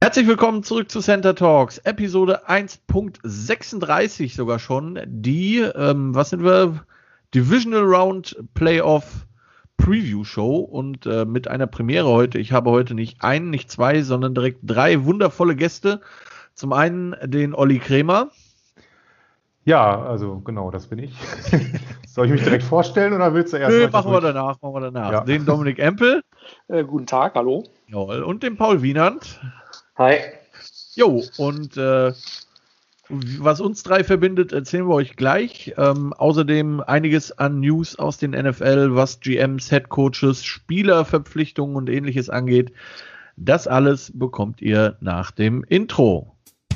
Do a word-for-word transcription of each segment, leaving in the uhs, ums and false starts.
Herzlich willkommen zurück zu Center Talks, Episode eins Punkt sechsunddreißig sogar schon, die, ähm, was sind wir, Divisional Round Playoff Preview Show und äh, mit einer Premiere heute. Ich habe heute nicht einen, nicht zwei, sondern direkt drei wundervolle Gäste. Zum einen den Olli Kremer. Ja, also genau, das bin ich. Soll ich mich direkt vorstellen oder willst du erst? Nö, machen wir danach, machen wir danach. Ja. Den Dominik Empel. Äh, guten Tag, hallo. Jawohl. Und den Paul Wienand. Hi. Jo, und äh, was uns drei verbindet, erzählen wir euch gleich. Ähm, außerdem einiges an News aus den N F L, was G Ms, Headcoaches, Spielerverpflichtungen und ähnliches angeht. Das alles bekommt ihr nach dem Intro.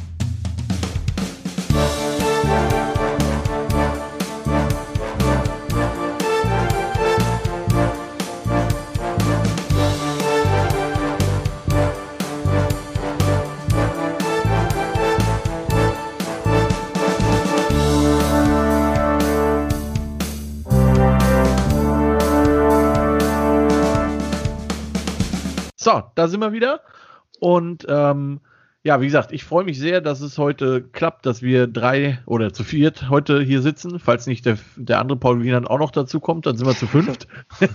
So, da sind wir wieder und ähm, ja, wie gesagt, ich freue mich sehr, dass es heute klappt, dass wir drei oder zu viert heute hier sitzen. Falls nicht der, der andere Paul Wienand auch noch dazu kommt, dann sind wir zu fünft.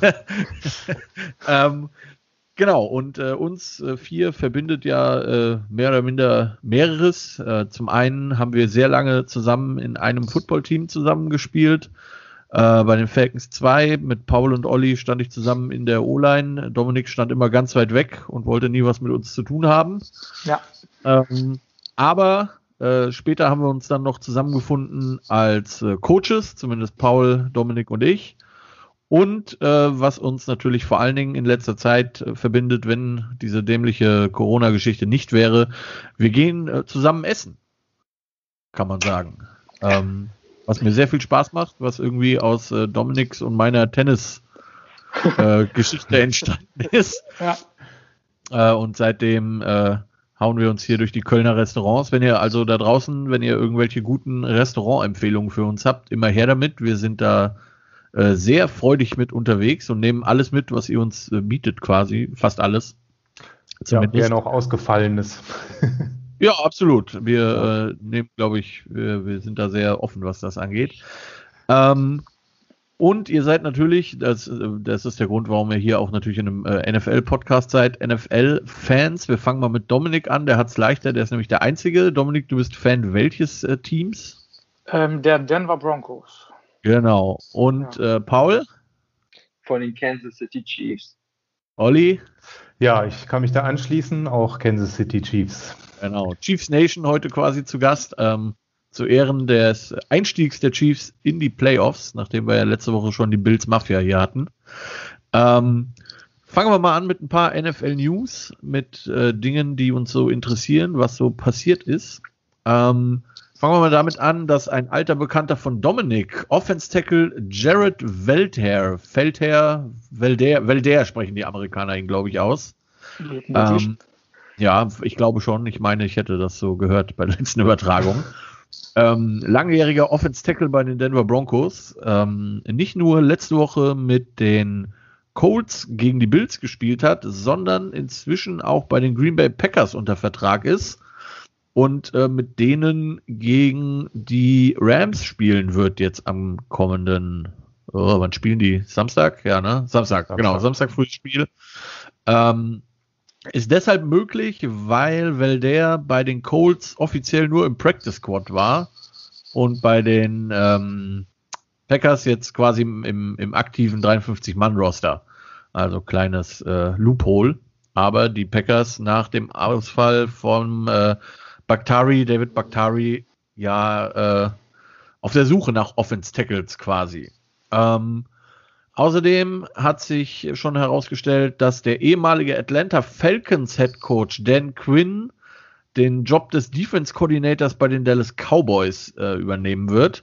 ähm, genau, und äh, uns äh, vier verbindet ja äh, mehr oder minder mehreres. Äh, zum einen haben wir sehr lange zusammen in einem Footballteam zusammengespielt. Äh, bei den Falcons zwei, mit Paul und Olli stand ich zusammen in der O-Line. Dominik stand immer ganz weit weg und wollte nie was mit uns zu tun haben. Ja. Ähm, aber äh, später haben wir uns dann noch zusammengefunden als äh, Coaches, zumindest Paul, Dominik und ich. Und äh, was uns natürlich vor allen Dingen in letzter Zeit äh, verbindet, wenn diese dämliche Corona-Geschichte nicht wäre, wir gehen äh, zusammen essen, kann man sagen. Ähm, Was mir sehr viel Spaß macht, was irgendwie aus äh, Dominiks und meiner Tennis-Geschichte äh, entstanden ist. Ja. Äh, und seitdem äh, hauen wir uns hier durch die Kölner Restaurants. Wenn ihr also da draußen, wenn ihr irgendwelche guten Restaurantempfehlungen für uns habt, immer her damit. Wir sind da äh, sehr freudig mit unterwegs und nehmen alles mit, was ihr uns äh, bietet quasi. Fast alles. Zumindest. Ja, gerne auch Ausgefallenes. Ja, absolut. Wir ja. äh, nehmen, glaube ich, wir, wir sind da sehr offen, was das angeht. Ähm, und ihr seid natürlich, das, das ist der Grund, warum ihr hier auch natürlich in einem äh, N F L-Podcast seid, N F L-Fans. Wir fangen mal mit Dominik an, der hat es leichter, der ist nämlich der Einzige. Dominik, du bist Fan welches äh, Teams? Ähm, der Denver Broncos. Genau. Und ja. äh, Paul? Von den Kansas City Chiefs. Olli? Ja, ich kann mich da anschließen, auch Kansas City Chiefs. Genau, Chiefs Nation heute quasi zu Gast, ähm, zu Ehren des Einstiegs der Chiefs in die Playoffs, nachdem wir ja letzte Woche schon die Bills Mafia hier hatten. Ähm, fangen wir mal an mit ein paar N F L News, mit äh, Dingen, die uns so interessieren, was so passiert ist. Ähm, fangen wir mal damit an, dass ein alter Bekannter von Dominik, Offense Tackle Jared Veldheer, Feldherr, Velder, Velder sprechen die Amerikaner ihn, glaube ich, aus. Ähm, Ja, ich glaube schon. Ich meine, ich hätte das so gehört bei der letzten Übertragung. Ähm, langjähriger Offense-Tackle bei den Denver Broncos. Ähm, nicht nur letzte Woche mit den Colts gegen die Bills gespielt hat, sondern inzwischen auch bei den Green Bay Packers unter Vertrag ist und äh, mit denen gegen die Rams spielen wird jetzt am kommenden, oh, wann spielen die? Samstag? Ja, ne? Samstag, Samstag. Genau, Samstag frühes Spiel. Ähm, Ist deshalb möglich, weil Velder bei den Colts offiziell nur im Practice Squad war und bei den ähm, Packers jetzt quasi im, im, im aktiven dreiundfünfzig-Mann-Roster. Also kleines äh, Loophole. Aber die Packers nach dem Ausfall von äh, Bakhtiari, David Bakhtiari, ja äh, auf der Suche nach Offense-Tackles quasi. Ähm, Außerdem hat sich schon herausgestellt, dass der ehemalige Atlanta Falcons Head Coach Dan Quinn den Job des Defense Coordinators bei den Dallas Cowboys äh, übernehmen wird.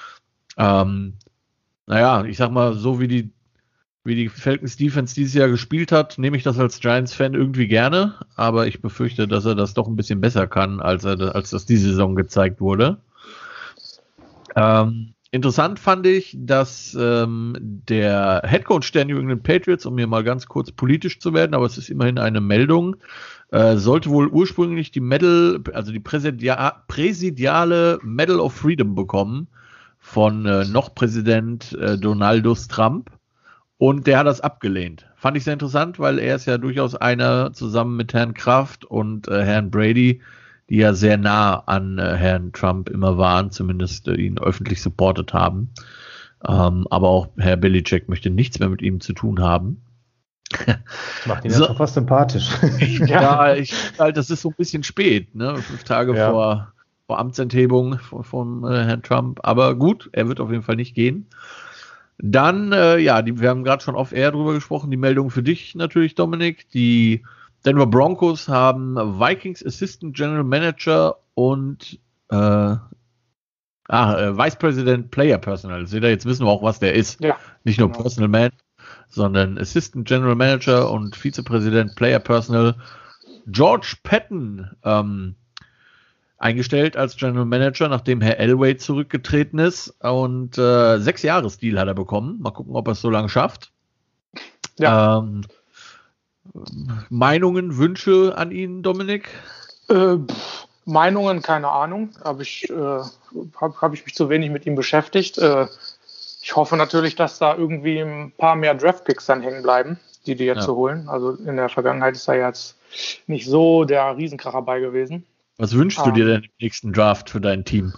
Ähm, naja, ich sag mal, so wie die, wie die Falcons Defense dieses Jahr gespielt hat, nehme ich das als Giants-Fan irgendwie gerne, aber ich befürchte, dass er das doch ein bisschen besser kann, als er, als das diese Saison gezeigt wurde. Ähm, Interessant fand ich, dass ähm, der Headcoach der New England Patriots, um hier mal ganz kurz politisch zu werden, aber es ist immerhin eine Meldung, Äh, sollte wohl ursprünglich die Medal, also die Präsidia- präsidiale Medal of Freedom bekommen von äh, noch Präsident äh, Donaldus Trump. Und der hat das abgelehnt. Fand ich sehr interessant, weil er ist ja durchaus einer, zusammen mit Herrn Kraft und äh, Herrn Brady, die ja sehr nah an äh, Herrn Trump immer waren, zumindest äh, ihn öffentlich supportet haben. Ähm, aber auch Herr Belichick möchte nichts mehr mit ihm zu tun haben. Macht ihn So. ja schon fast sympathisch. Ja, ich halt, das ist so ein bisschen spät, ne? Fünf Tage Ja. vor, vor Amtsenthebung von, von äh, Herrn Trump. Aber gut, er wird auf jeden Fall nicht gehen. Dann, äh, ja, die, wir haben gerade schon off-air drüber gesprochen, die Meldung für dich natürlich, Dominik. Die Denver Broncos haben Vikings Assistant General Manager und äh, ah, äh, Vice President Player Personnel. Seht ihr, jetzt wissen wir auch, was der ist. Ja, Nicht nur genau. Personal Man, sondern Assistant General Manager und Vizepräsident Player Personnel George Patton ähm, eingestellt als General Manager, nachdem Herr Elway zurückgetreten ist. Und äh, sechs Jahres-Deal hat er bekommen. Mal gucken, ob er es so lange schafft. Ja. Ähm, Meinungen, Wünsche an ihn, Dominik? Äh, pff, Meinungen, keine Ahnung. Habe ich, äh, hab, hab ich mich zu wenig mit ihm beschäftigt. Äh, ich hoffe natürlich, dass da irgendwie ein paar mehr Draftpicks dann hängen bleiben, die die jetzt Ja. zu holen. Also in der Vergangenheit ist da jetzt nicht so der Riesenkracher bei gewesen. Was wünschst du Ah. dir denn im nächsten Draft für dein Team?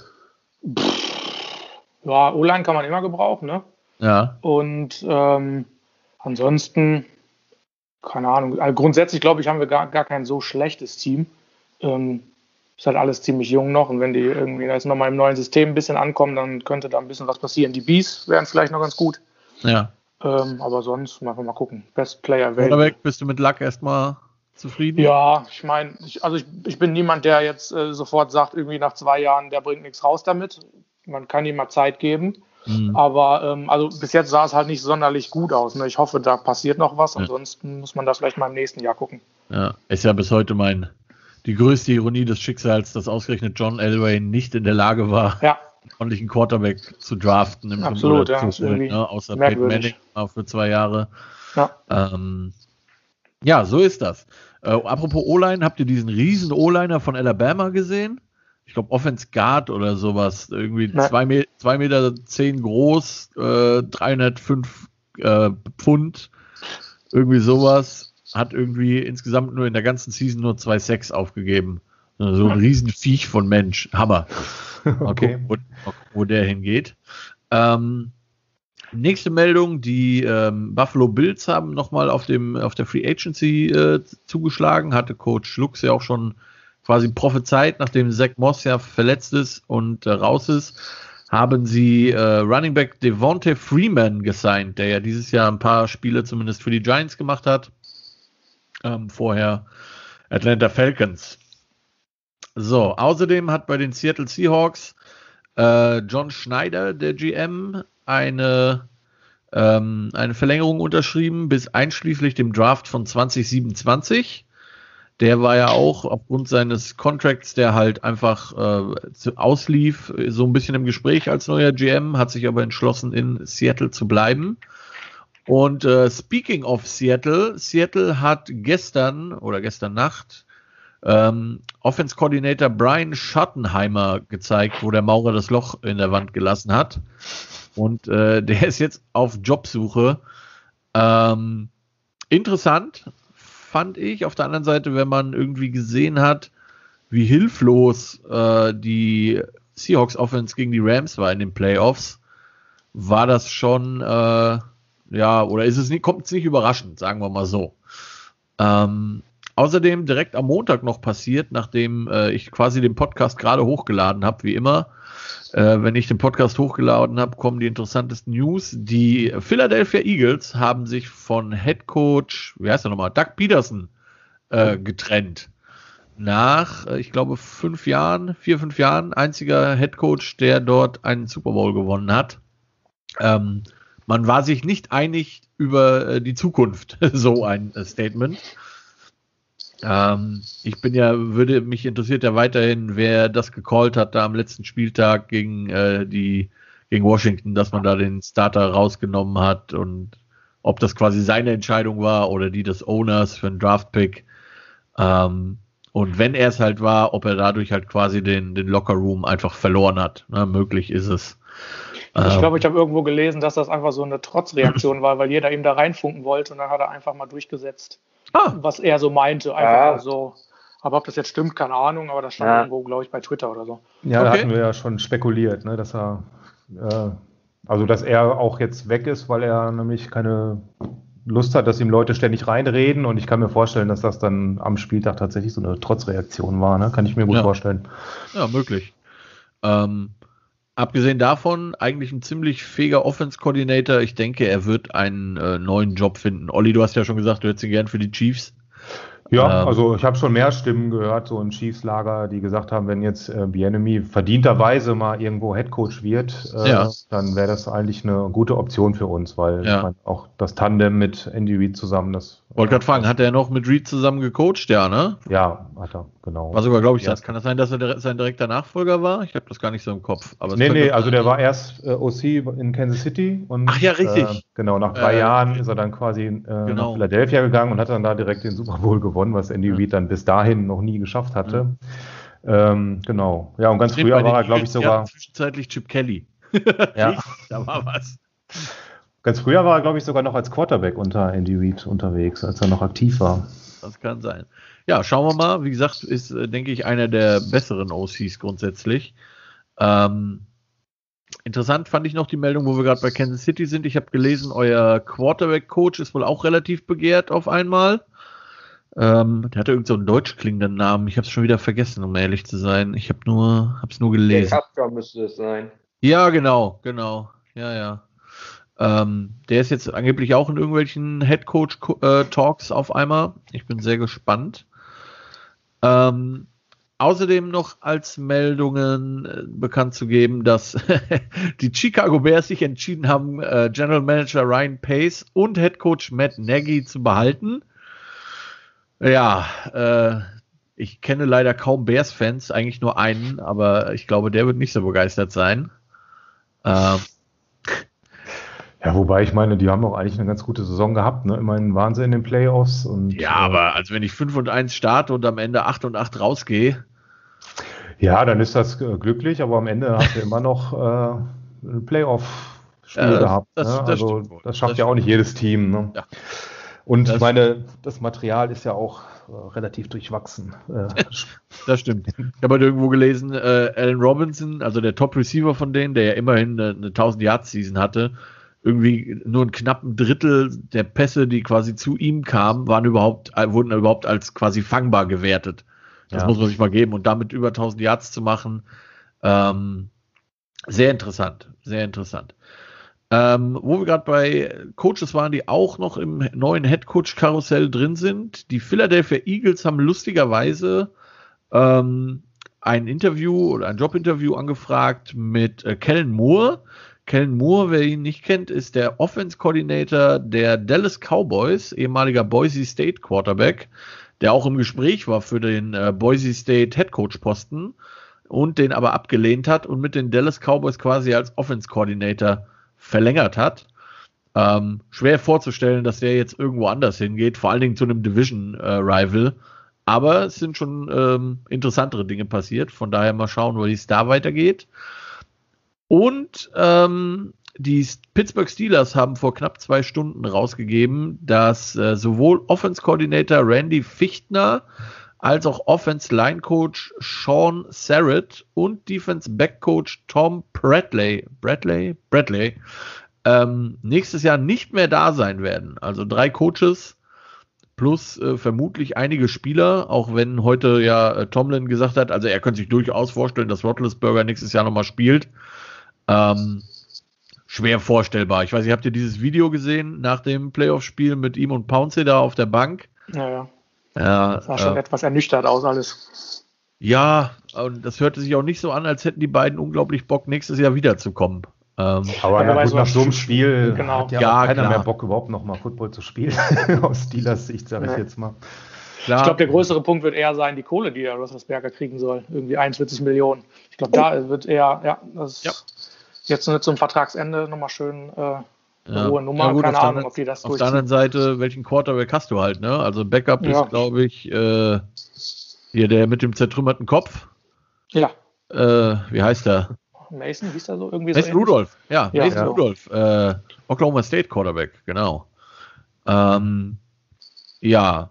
Ja, O-Line kann man immer gebrauchen, ne? Ja, Und ähm, ansonsten, keine Ahnung, also grundsätzlich glaube ich, haben wir gar, gar kein so schlechtes Team. Ähm, ist halt alles ziemlich jung noch und wenn die irgendwie jetzt nochmal im neuen System ein bisschen ankommen, dann könnte da ein bisschen was passieren. Die Bees wären vielleicht noch ganz gut, ja. ähm, aber sonst mal, mal gucken. Best Player available. Quarterback, bist du mit Luck erstmal zufrieden? Ja, ich meine, ich, also ich, ich bin niemand, der jetzt äh, sofort sagt, irgendwie nach zwei Jahren, der bringt nichts raus damit. Man kann ihm mal Zeit geben. Mhm. Aber ähm, also bis jetzt sah es halt nicht sonderlich gut aus. Ne? Ich hoffe, da passiert noch was. Ja. Ansonsten muss man da vielleicht mal im nächsten Jahr gucken. Ja, ist ja bis heute mein die größte Ironie des Schicksals, dass ausgerechnet John Elway nicht in der Lage war, Ja, einen ordentlichen Quarterback zu draften. Im Absolut, oder ja, zu ist holen, irgendwie ne? Außer Peyton merkwürdig. Manning auch für zwei Jahre. ja. Ähm, ja, so ist das. Äh, apropos O-Line, habt ihr diesen riesen O-Liner von Alabama gesehen? Ich glaube Offense Guard oder sowas. Irgendwie Nein. zwei Me- zwei Meter zehn groß, äh, dreihundertfünf äh, Pfund, irgendwie sowas. Hat irgendwie insgesamt nur in der ganzen Season nur zwei Sacks aufgegeben. So ein riesen Viech von Mensch. Hammer. Mal Okay. gucken, wo, mal gucken, wo der hingeht. Ähm, nächste Meldung, die ähm, Buffalo Bills haben nochmal auf dem auf der Free Agency äh, zugeschlagen, hatte Coach Lux ja auch schon quasi prophezeit, nachdem Zach Moss ja verletzt ist und äh, raus ist, haben sie äh, Running Back Devonta Freeman gesigned, der ja dieses Jahr ein paar Spiele zumindest für die Giants gemacht hat. Ähm, vorher Atlanta Falcons. So, außerdem hat bei den Seattle Seahawks äh, John Schneider, der G M, eine, ähm, eine Verlängerung unterschrieben bis einschließlich dem Draft von zwanzig siebenundzwanzig. Der war ja auch aufgrund seines Contracts, der halt einfach äh, zu, auslief, so ein bisschen im Gespräch als neuer G M, hat sich aber entschlossen, in Seattle zu bleiben. Und äh, speaking of Seattle, Seattle hat gestern oder gestern Nacht ähm, Offense Coordinator Brian Schottenheimer gezeigt, wo der Maurer das Loch in der Wand gelassen hat. Und äh, der ist jetzt auf Jobsuche. Ähm, interessant fand ich. Auf der anderen Seite, wenn man irgendwie gesehen hat, wie hilflos äh, die Seahawks Offense gegen die Rams war in den Playoffs, war das schon äh, ja, oder ist es nicht, kommt es nicht überraschend, sagen wir mal so. Ähm, außerdem direkt am Montag noch passiert, nachdem äh, ich quasi den Podcast gerade hochgeladen habe, wie immer. Äh, wenn ich den Podcast hochgeladen habe, kommen die interessantesten News. Die Philadelphia Eagles haben sich von Head Coach, wie heißt er nochmal, Doug Peterson äh, getrennt. Nach, äh, ich glaube, fünf Jahren, vier, fünf Jahren, einziger Head Coach, der dort einen Super Bowl gewonnen hat. Ähm, Man war sich nicht einig über äh, die Zukunft, so ein äh, Statement. Ähm, ich bin ja, würde mich interessiert ja weiterhin, wer das gecallt hat da am letzten Spieltag gegen äh, die gegen Washington, dass man da den Starter rausgenommen hat und ob das quasi seine Entscheidung war oder die des Owners für einen Draft-Pick. Ähm, und wenn er es halt war, ob er dadurch halt quasi den, den Locker-Room einfach verloren hat. Ne? Möglich ist es. Ich glaube, ich habe irgendwo gelesen, dass das einfach so eine Trotzreaktion war, weil jeder ihm da reinfunken wollte und dann hat er einfach mal durchgesetzt, Ah, was er so meinte. Einfach Ja. nur so. Aber ob das jetzt stimmt, keine Ahnung, aber das stand Ja. irgendwo, glaube ich, bei Twitter oder so. Ja, da Okay. hatten wir ja schon spekuliert, ne, dass er, äh, also dass er auch jetzt weg ist, weil er nämlich keine Lust hat, dass ihm Leute ständig reinreden, und ich kann mir vorstellen, dass das dann am Spieltag tatsächlich so eine Trotzreaktion war, ne? Kann ich mir gut Ja. vorstellen. ja, möglich. Ähm, abgesehen davon, eigentlich ein ziemlich fähiger Offense-Coordinator. Ich denke, er wird einen äh, neuen Job finden. Olli, du hast ja schon gesagt, du hättest ihn gern für die Chiefs. Ja, Ähm. also ich habe schon mehr Stimmen gehört, so im Chiefs-Lager, die gesagt haben, wenn jetzt äh, Bieniemy verdienterweise mal irgendwo Headcoach wird, äh, Ja. dann wäre das eigentlich eine gute Option für uns, weil Ja. ich mein, auch das Tandem mit Andy Reid zusammen, das Wollte gerade fragen, hat er noch mit Reed zusammen gecoacht? Ja, ne? ja, hat er, genau. War sogar, glaube ich, Ja. das. Kann das sein, dass er dire- sein direkter Nachfolger war? Ich habe das gar nicht so im Kopf. Aber es Nee, könnte nee, also sein. der war erst äh, O C in Kansas City und Ach ja, richtig. Äh, genau, nach drei Äh, Jahren ist er dann quasi äh, nach genau. Philadelphia gegangen und hat dann da direkt den Super Bowl gewonnen, was Andy Ja. Reid dann bis dahin noch nie geschafft hatte. Ähm, genau. Ja, und ganz Bei früher den war er, glaube ich, Eagles, die hatten sogar, zwischenzeitlich Chip Kelly. ja, Da war was. ganz früher war er, glaube ich, sogar noch als Quarterback unter Andy Reid unterwegs, als er noch aktiv war. Das kann sein. Ja, schauen wir mal. Wie gesagt, ist, äh, denke ich, einer der besseren O Cs grundsätzlich. Ähm, interessant fand ich noch die Meldung, wo wir gerade bei Kansas City sind. Ich habe gelesen, euer Quarterback-Coach ist wohl auch relativ begehrt auf einmal. Ähm, der hatte irgend so einen deutsch klingenden Namen. Ich habe es schon wieder vergessen, um ehrlich zu sein. Ich habe nur, hab's nur Der gelesen. Kafka müsste es sein. Ja, genau, genau. Ja, ja. Ähm, der ist jetzt angeblich auch in irgendwelchen Headcoach-Talks auf einmal. Ich bin sehr gespannt. Ähm, außerdem noch als Meldungen äh, bekannt zu geben, dass die Chicago Bears sich entschieden haben, äh, General Manager Ryan Pace und Headcoach Matt Nagy zu behalten. Ja, äh, ich kenne leider kaum Bears-Fans, eigentlich nur einen, aber ich glaube, der wird nicht so begeistert sein. Ähm, Ja, wobei ich meine, die haben auch eigentlich eine ganz gute Saison gehabt, ne? Immerhin waren sie in den Playoffs und ja, aber also wenn ich fünf und eins starte und am Ende acht und acht rausgehe, ja, dann ist das äh, glücklich, aber am Ende hast du immer noch äh, ein Playoff-Spiel Ja, das- gehabt. das- ne? das Also stimmt wohl. das schafft Das ja auch stimmt nicht jedes Team. Ne? Ja. Und Das- ich meine, das Material ist ja auch äh, relativ durchwachsen. Äh, das stimmt. Ich habe heute irgendwo gelesen, äh, Allen Robinson, also der Top-Receiver von denen, der ja immerhin eine, eine tausend-Yard-Season hatte, irgendwie nur ein knappen Drittel der Pässe, die quasi zu ihm kamen, waren überhaupt, äh, wurden überhaupt als quasi fangbar gewertet. Das Ja. muss man sich mal geben. Und damit über tausend Yards zu machen, ähm, sehr interessant, sehr interessant. Ähm, wo wir gerade bei Coaches waren, die auch noch im neuen Headcoach-Karussell drin sind. Die Philadelphia Eagles haben lustigerweise ähm, ein Interview oder ein Jobinterview angefragt mit äh, Kellen Moore. Kellen Moore, wer ihn nicht kennt, ist der Offense-Coordinator der Dallas Cowboys, ehemaliger Boise State Quarterback, der auch im Gespräch war für den äh, Boise State Headcoach-Posten und den aber abgelehnt hat und mit den Dallas Cowboys quasi als Offense-Coordinator verlängert hat. Ähm, schwer vorzustellen, dass der jetzt irgendwo anders hingeht, vor allen Dingen zu einem Division-Rival. Äh, aber es sind schon ähm, interessantere Dinge passiert. Von daher mal schauen, wo es da weitergeht. Und ähm, die Pittsburgh Steelers haben vor knapp zwei Stunden rausgegeben, dass äh, sowohl Offense-Coordinator Randy Fichtner als auch Offense-Line-Coach Sean Sarrett und Defense-Back-Coach Tom Bradley, Bradley, Bradley ähm, nächstes Jahr nicht mehr da sein werden. Also drei Coaches plus äh, vermutlich einige Spieler, auch wenn heute ja äh, Tomlin gesagt hat, also er könnte sich durchaus vorstellen, dass Roethlisberger nächstes Jahr nochmal spielt. Ähm, schwer vorstellbar. Ich weiß nicht, habt ihr dieses Video gesehen nach dem Playoff-Spiel mit ihm und Pouncey da auf der Bank? Naja, Ja, sah schon äh, etwas ernüchtert aus alles. ja, und das hörte sich auch nicht so an, als hätten die beiden unglaublich Bock, nächstes Jahr wiederzukommen. Ähm, aber Ja, na, weil gut, so nach ein so einem Sch- Spiel genau. hat ja, Ja, auch keiner klar. mehr Bock, überhaupt noch mal Football zu spielen. Aus Steelers Sicht, sage ich Nee. jetzt mal. klar, Ich glaube, der größere Punkt wird eher sein, die Kohle, die der Roethlisberger kriegen soll. Irgendwie einundvierzig Millionen. Ich glaube, da wird eher, ja, das Ja. jetzt nur zum Vertragsende nochmal schön äh, eine Ja. hohe Nummer, Ja, gut, keine auf der Ahnung, anderen- ob die das Auf der anderen durchziehen. Seite, welchen Quarterback hast du halt, ne? Also Backup Ja. ist, glaube ich, äh, hier der mit dem zertrümmerten Kopf. Ja, Äh, wie heißt der? Mason, hieß der so irgendwie so Mason ähnlich? Rudolph. Ja, Ja, Mason so. Rudolph. Äh, Oklahoma State Quarterback, genau. Ähm, ja.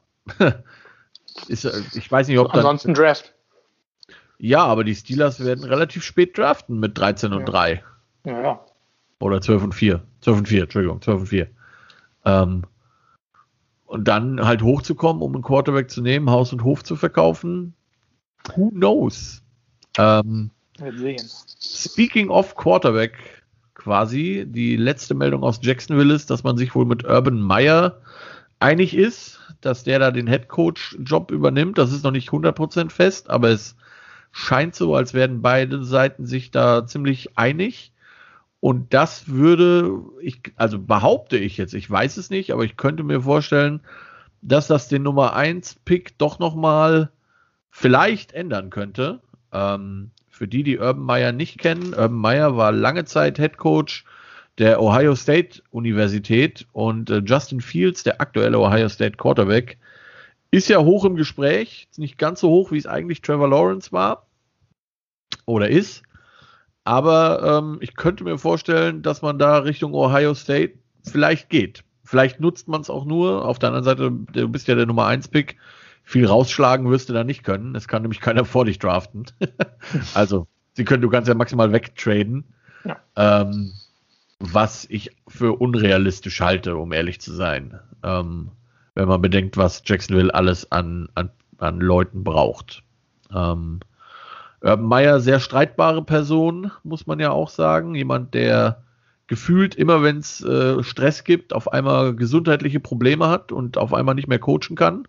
ist, äh, ich weiß nicht, ob dann. Ansonsten Draft. Ja, aber die Steelers werden relativ spät draften mit dreizehn und Ja. drei. Ja, ja. Oder zwölf und vier. zwölf und vier, Entschuldigung, zwölf und vier. Ähm, und dann halt hochzukommen, um einen Quarterback zu nehmen, Haus und Hof zu verkaufen. Who knows? Ähm, Wir sehen. Speaking of Quarterback, quasi, die letzte Meldung aus Jacksonville ist, dass man sich wohl mit Urban Meyer einig ist, dass der da den Headcoach-Job übernimmt. Das ist noch nicht hundert Prozent fest, aber es scheint so, als wären beide Seiten sich da ziemlich einig. Und das würde, ich, also behaupte ich jetzt, ich weiß es nicht, aber ich könnte mir vorstellen, dass das den Nummer eins Pick doch nochmal vielleicht ändern könnte. Ähm, für die, die Urban Meyer nicht kennen, Urban Meyer war lange Zeit Head Coach der Ohio State Universität und äh, Justin Fields, der aktuelle Ohio State Quarterback, ist ja hoch im Gespräch. Ist nicht ganz so hoch, wie es eigentlich Trevor Lawrence war oder ist. Aber ähm, ich könnte mir vorstellen, dass man da Richtung Ohio State vielleicht geht. Vielleicht nutzt man es auch nur. Auf der anderen Seite, du bist ja der Nummer eins Pick. Viel rausschlagen wirst du da nicht können. Es kann nämlich keiner vor dich draften. Also, sie können, du kannst ja maximal wegtraden. Ja. Ähm, was ich für unrealistisch halte, um ehrlich zu sein. Ähm, wenn man bedenkt, was Jacksonville alles an, an, an Leuten braucht. Ähm, Urban Meyer, sehr streitbare Person, muss man ja auch sagen. Jemand, der gefühlt immer, wenn es äh, Stress gibt, auf einmal gesundheitliche Probleme hat und auf einmal nicht mehr coachen kann.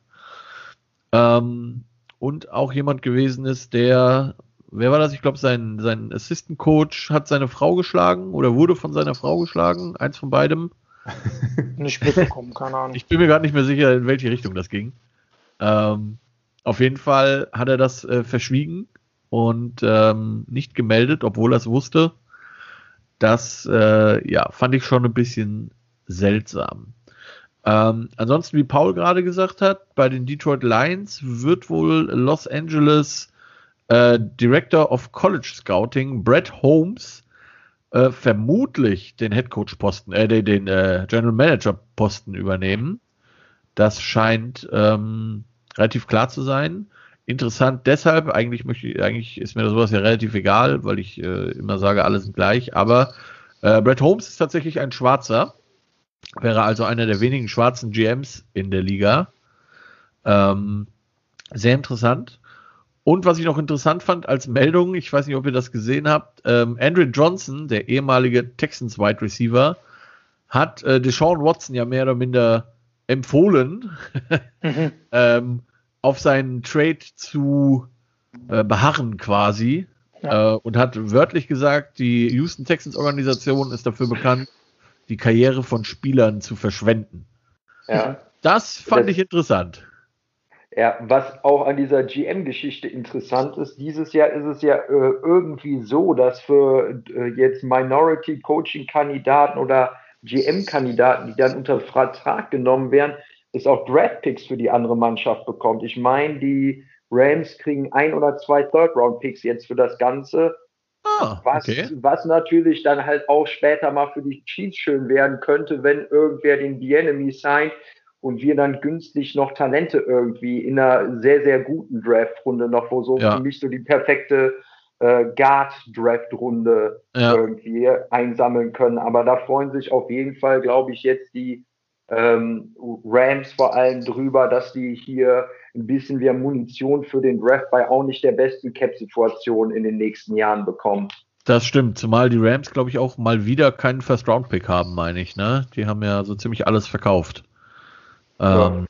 Ähm, und auch jemand gewesen ist, der, wer war das? Ich glaube, sein, sein Assistant Coach hat seine Frau geschlagen oder wurde von seiner Frau geschlagen. Eins von beidem. Nicht mitbekommen, keine Ahnung. Ich bin mir gerade nicht mehr sicher, in welche Richtung das ging. Ähm, auf jeden Fall hat er das äh, verschwiegen und ähm, nicht gemeldet, obwohl er es wusste. Das äh, ja, fand ich schon ein bisschen seltsam. Ähm, ansonsten, wie Paul gerade gesagt hat, bei den Detroit Lions wird wohl Los Angeles äh, Director of College Scouting Brett Holmes äh, vermutlich den Headcoach-Posten, äh, den, den äh, General Manager-Posten übernehmen. Das scheint ähm, relativ klar zu sein. Interessant deshalb, eigentlich möchte ich, eigentlich ist mir sowas ja relativ egal, weil ich äh, immer sage, alle sind gleich, aber äh, Brett Holmes ist tatsächlich ein Schwarzer, wäre also einer der wenigen schwarzen G Ms in der Liga. Ähm, sehr interessant. Und was ich noch interessant fand als Meldung, ich weiß nicht, ob ihr das gesehen habt, ähm, Andrew Johnson, der ehemalige Texans Wide Receiver, hat äh, Deshaun Watson ja mehr oder minder empfohlen, Mhm. ähm, auf seinen Trade zu äh, beharren quasi. Ja. Äh, und hat wörtlich gesagt, die Houston Texans Organisation ist dafür bekannt, die Karriere von Spielern zu verschwenden. Ja. Das fand Das- ich interessant. Ja, was auch an dieser G M-Geschichte interessant ist, dieses Jahr ist es ja äh, irgendwie so, dass für äh, jetzt Minority-Coaching-Kandidaten oder G M-Kandidaten, die dann unter Vertrag genommen werden, es auch Draft-Picks für die andere Mannschaft bekommt. Ich meine, die Rams kriegen ein oder zwei Third-Round-Picks jetzt für das Ganze, Ah, was, okay. was natürlich dann halt auch später mal für die Chiefs schön werden könnte, wenn irgendwer den Bieniemy signed und wir dann günstig noch Talente irgendwie in einer sehr, sehr guten Draft-Runde noch, wo so Ja. für mich so die perfekte äh, Guard-Draft-Runde Ja. irgendwie einsammeln können. Aber da freuen sich auf jeden Fall, glaube ich, jetzt die ähm, Rams vor allem drüber, dass die hier ein bisschen mehr Munition für den Draft bei auch nicht der besten Cap-Situation in den nächsten Jahren bekommen. Das stimmt, zumal die Rams, glaube ich, auch mal wieder keinen First-Round-Pick haben, meine ich, ne? Die haben ja so ziemlich alles verkauft. Ähm,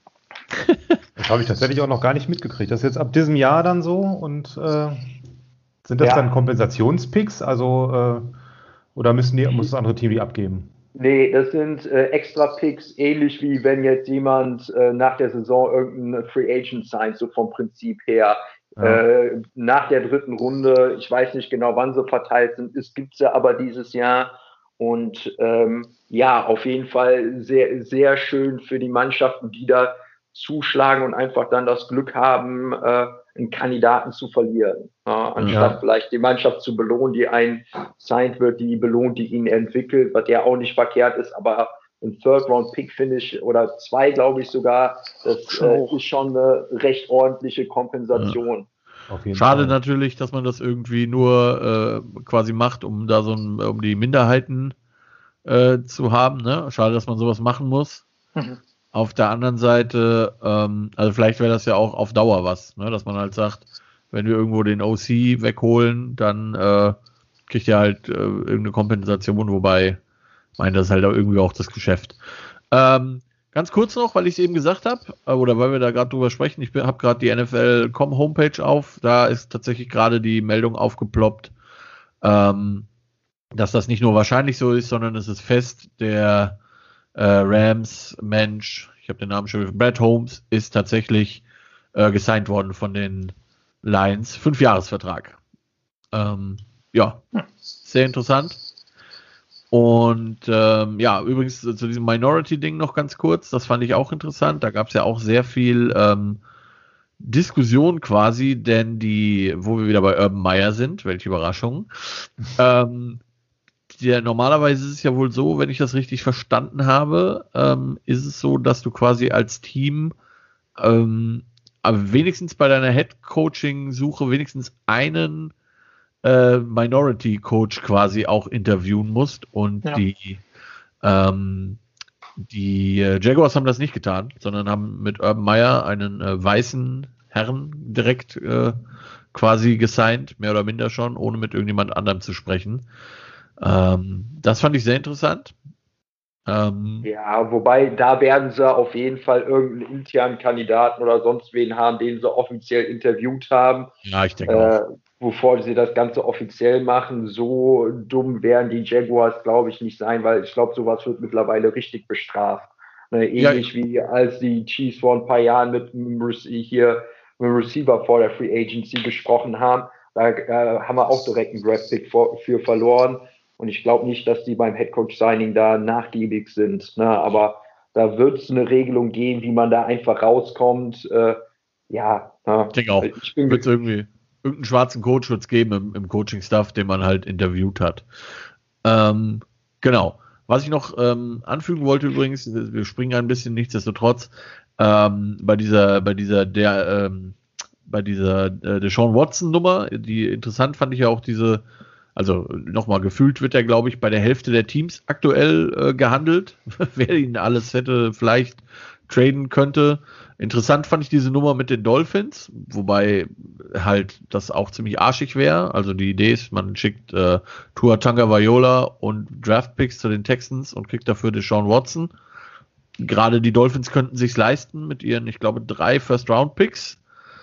Das habe ich tatsächlich auch noch gar nicht mitgekriegt. Das ist jetzt ab diesem Jahr dann so und äh, sind das Ja. dann Kompensationspicks? Also äh, oder müssen die, muss das andere Team die abgeben? Nee, das sind äh, extra Picks, ähnlich wie wenn jetzt jemand äh, nach der Saison irgendeinen Free Agent signed, so vom Prinzip her. Ja. Äh, nach der dritten Runde, ich weiß nicht genau, wann sie verteilt sind, es gibt sie aber dieses Jahr Und ähm, ja, auf jeden Fall sehr, sehr schön für die Mannschaften, die da zuschlagen und einfach dann das Glück haben, äh, einen Kandidaten zu verlieren. Ja, anstatt Ja. vielleicht die Mannschaft zu belohnen, die einen signed wird, die belohnt, die ihn entwickelt, was ja auch nicht verkehrt ist, aber ein Third-Round-Pick finde ich, oder zwei, glaube ich sogar, das äh, ist schon eine recht ordentliche Kompensation. Auf jeden Schade Fall. natürlich, dass man das irgendwie nur äh, quasi macht, um da so ein, um die Minderheiten äh, zu haben. Ne? Schade, dass man sowas machen muss. Mhm. Auf der anderen Seite, ähm, also vielleicht wäre das ja auch auf Dauer was, ne? Dass man halt sagt, wenn wir irgendwo den O C wegholen, dann äh, kriegt er halt äh, irgendeine Kompensation, wobei, ich meine, das ist halt auch irgendwie auch das Geschäft. Ähm, ganz kurz noch, weil ich es eben gesagt habe, äh, oder weil wir da gerade drüber sprechen, ich habe gerade die N F L Punkt com Homepage auf, da ist tatsächlich gerade die Meldung aufgeploppt, ähm, dass das nicht nur wahrscheinlich so ist, sondern es ist fest, der äh, Rams-Mensch, ich habe den Namen schon, Brad Holmes, ist tatsächlich äh, gesigned worden von den Lions. Fünfjahresvertrag. Ähm, ja, sehr interessant. Und ähm, ja, übrigens zu diesem Minority-Ding noch ganz kurz, das fand ich auch interessant. Da gab es ja auch sehr viel ähm, Diskussion quasi, denn die, wo wir wieder bei Urban Meyer sind, welche Überraschung, ähm, der, normalerweise ist es ja wohl so, wenn ich das richtig verstanden habe, ähm, ist es so, dass du quasi als Team ähm, aber wenigstens bei deiner Head-Coaching-Suche wenigstens einen äh, Minority-Coach quasi auch interviewen musst und Ja. die ähm, die äh, Jaguars haben das nicht getan, sondern haben mit Urban Meyer einen äh, weißen Herrn direkt äh, quasi gesigned, mehr oder minder schon, ohne mit irgendjemand anderem zu sprechen. Ähm, das fand ich sehr interessant. Ähm, Ja, wobei da werden sie auf jeden Fall irgendeinen internen Kandidaten oder sonst wen haben, den sie offiziell interviewt haben. ja, ich denke Äh, auch. bevor sie das Ganze offiziell machen, so dumm werden die Jaguars, glaube ich, nicht sein, weil ich glaube, sowas wird mittlerweile richtig bestraft. Ne, ähnlich Ja. wie als die Chiefs vor ein paar Jahren mit dem Rec- hier mit dem Receiver vor der Free Agency gesprochen haben. Da äh, haben wir auch direkt einen Draft-Pick vor- für verloren. Und ich glaube nicht, dass die beim Headcoach-Signing da nachgiebig sind. Ne? Aber da wird es eine Regelung geben, wie man da einfach rauskommt. Äh, ja, ne? Ich denke auch. Ich bin Wird es irgendwie irgendeinen schwarzen Coach wird's geben im, im Coaching-Staff, den man halt interviewt hat. Ähm, genau. Was ich noch ähm, anfügen wollte übrigens, wir springen ein bisschen, nichtsdestotrotz, ähm, bei dieser, bei dieser, der, ähm, bei dieser äh, Deshaun Watson-Nummer, die interessant fand ich ja auch diese, also nochmal gefühlt wird er, glaube ich, bei der Hälfte der Teams aktuell äh, gehandelt, wer ihn alles hätte vielleicht traden könnte. Interessant fand ich diese Nummer mit den Dolphins, wobei halt das auch ziemlich arschig wäre. Also die Idee ist, man schickt äh, Tua Tagovailoa und Draftpicks zu den Texans und kriegt dafür Deshaun Watson. Gerade die Dolphins könnten sich's leisten mit ihren, ich glaube, drei First-Round-Picks.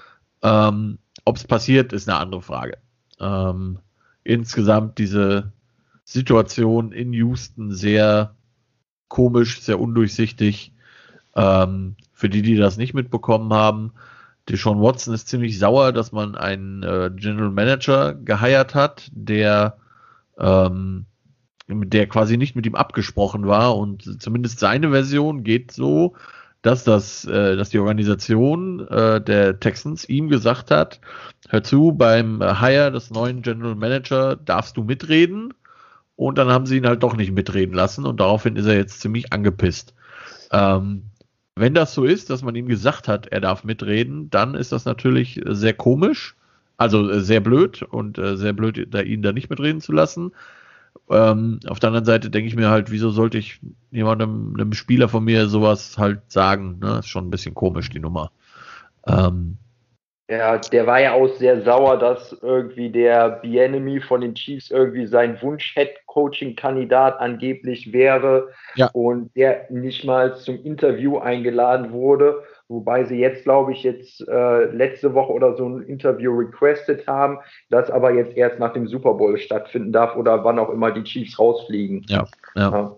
Ähm, Ob es passiert, ist eine andere Frage. Ähm, insgesamt diese Situation in Houston sehr komisch, sehr undurchsichtig. Ähm, für die, die das nicht mitbekommen haben, Deshaun Watson ist ziemlich sauer, dass man einen äh, General Manager geheiert hat, der ähm, der quasi nicht mit ihm abgesprochen war, und zumindest seine Version geht so, dass das, äh, dass die Organisation äh, der Texans ihm gesagt hat: Hör zu, beim äh, Hire des neuen General Manager darfst du mitreden, und dann haben sie ihn halt doch nicht mitreden lassen, und daraufhin ist er jetzt ziemlich angepisst. Ähm, wenn das so ist, dass man ihm gesagt hat, er darf mitreden, dann ist das natürlich sehr komisch, also äh, sehr blöd und äh, sehr blöd, da ihn da nicht mitreden zu lassen. Ähm, auf der anderen Seite denke ich mir halt, wieso sollte ich jemandem, einem Spieler von mir sowas halt sagen? Ne? Ist schon ein bisschen komisch, die Nummer. Ähm, Ja, der war ja auch sehr sauer, dass irgendwie der Bieniemy von den Chiefs irgendwie sein Wunsch-Head-Coaching-Kandidat angeblich wäre Ja. und der nicht mal zum Interview eingeladen wurde, wobei sie jetzt, glaube ich, jetzt äh, letzte Woche oder so ein Interview requested haben, das aber jetzt erst nach dem Super Bowl stattfinden darf oder wann auch immer die Chiefs rausfliegen. Ja, ja. Ja.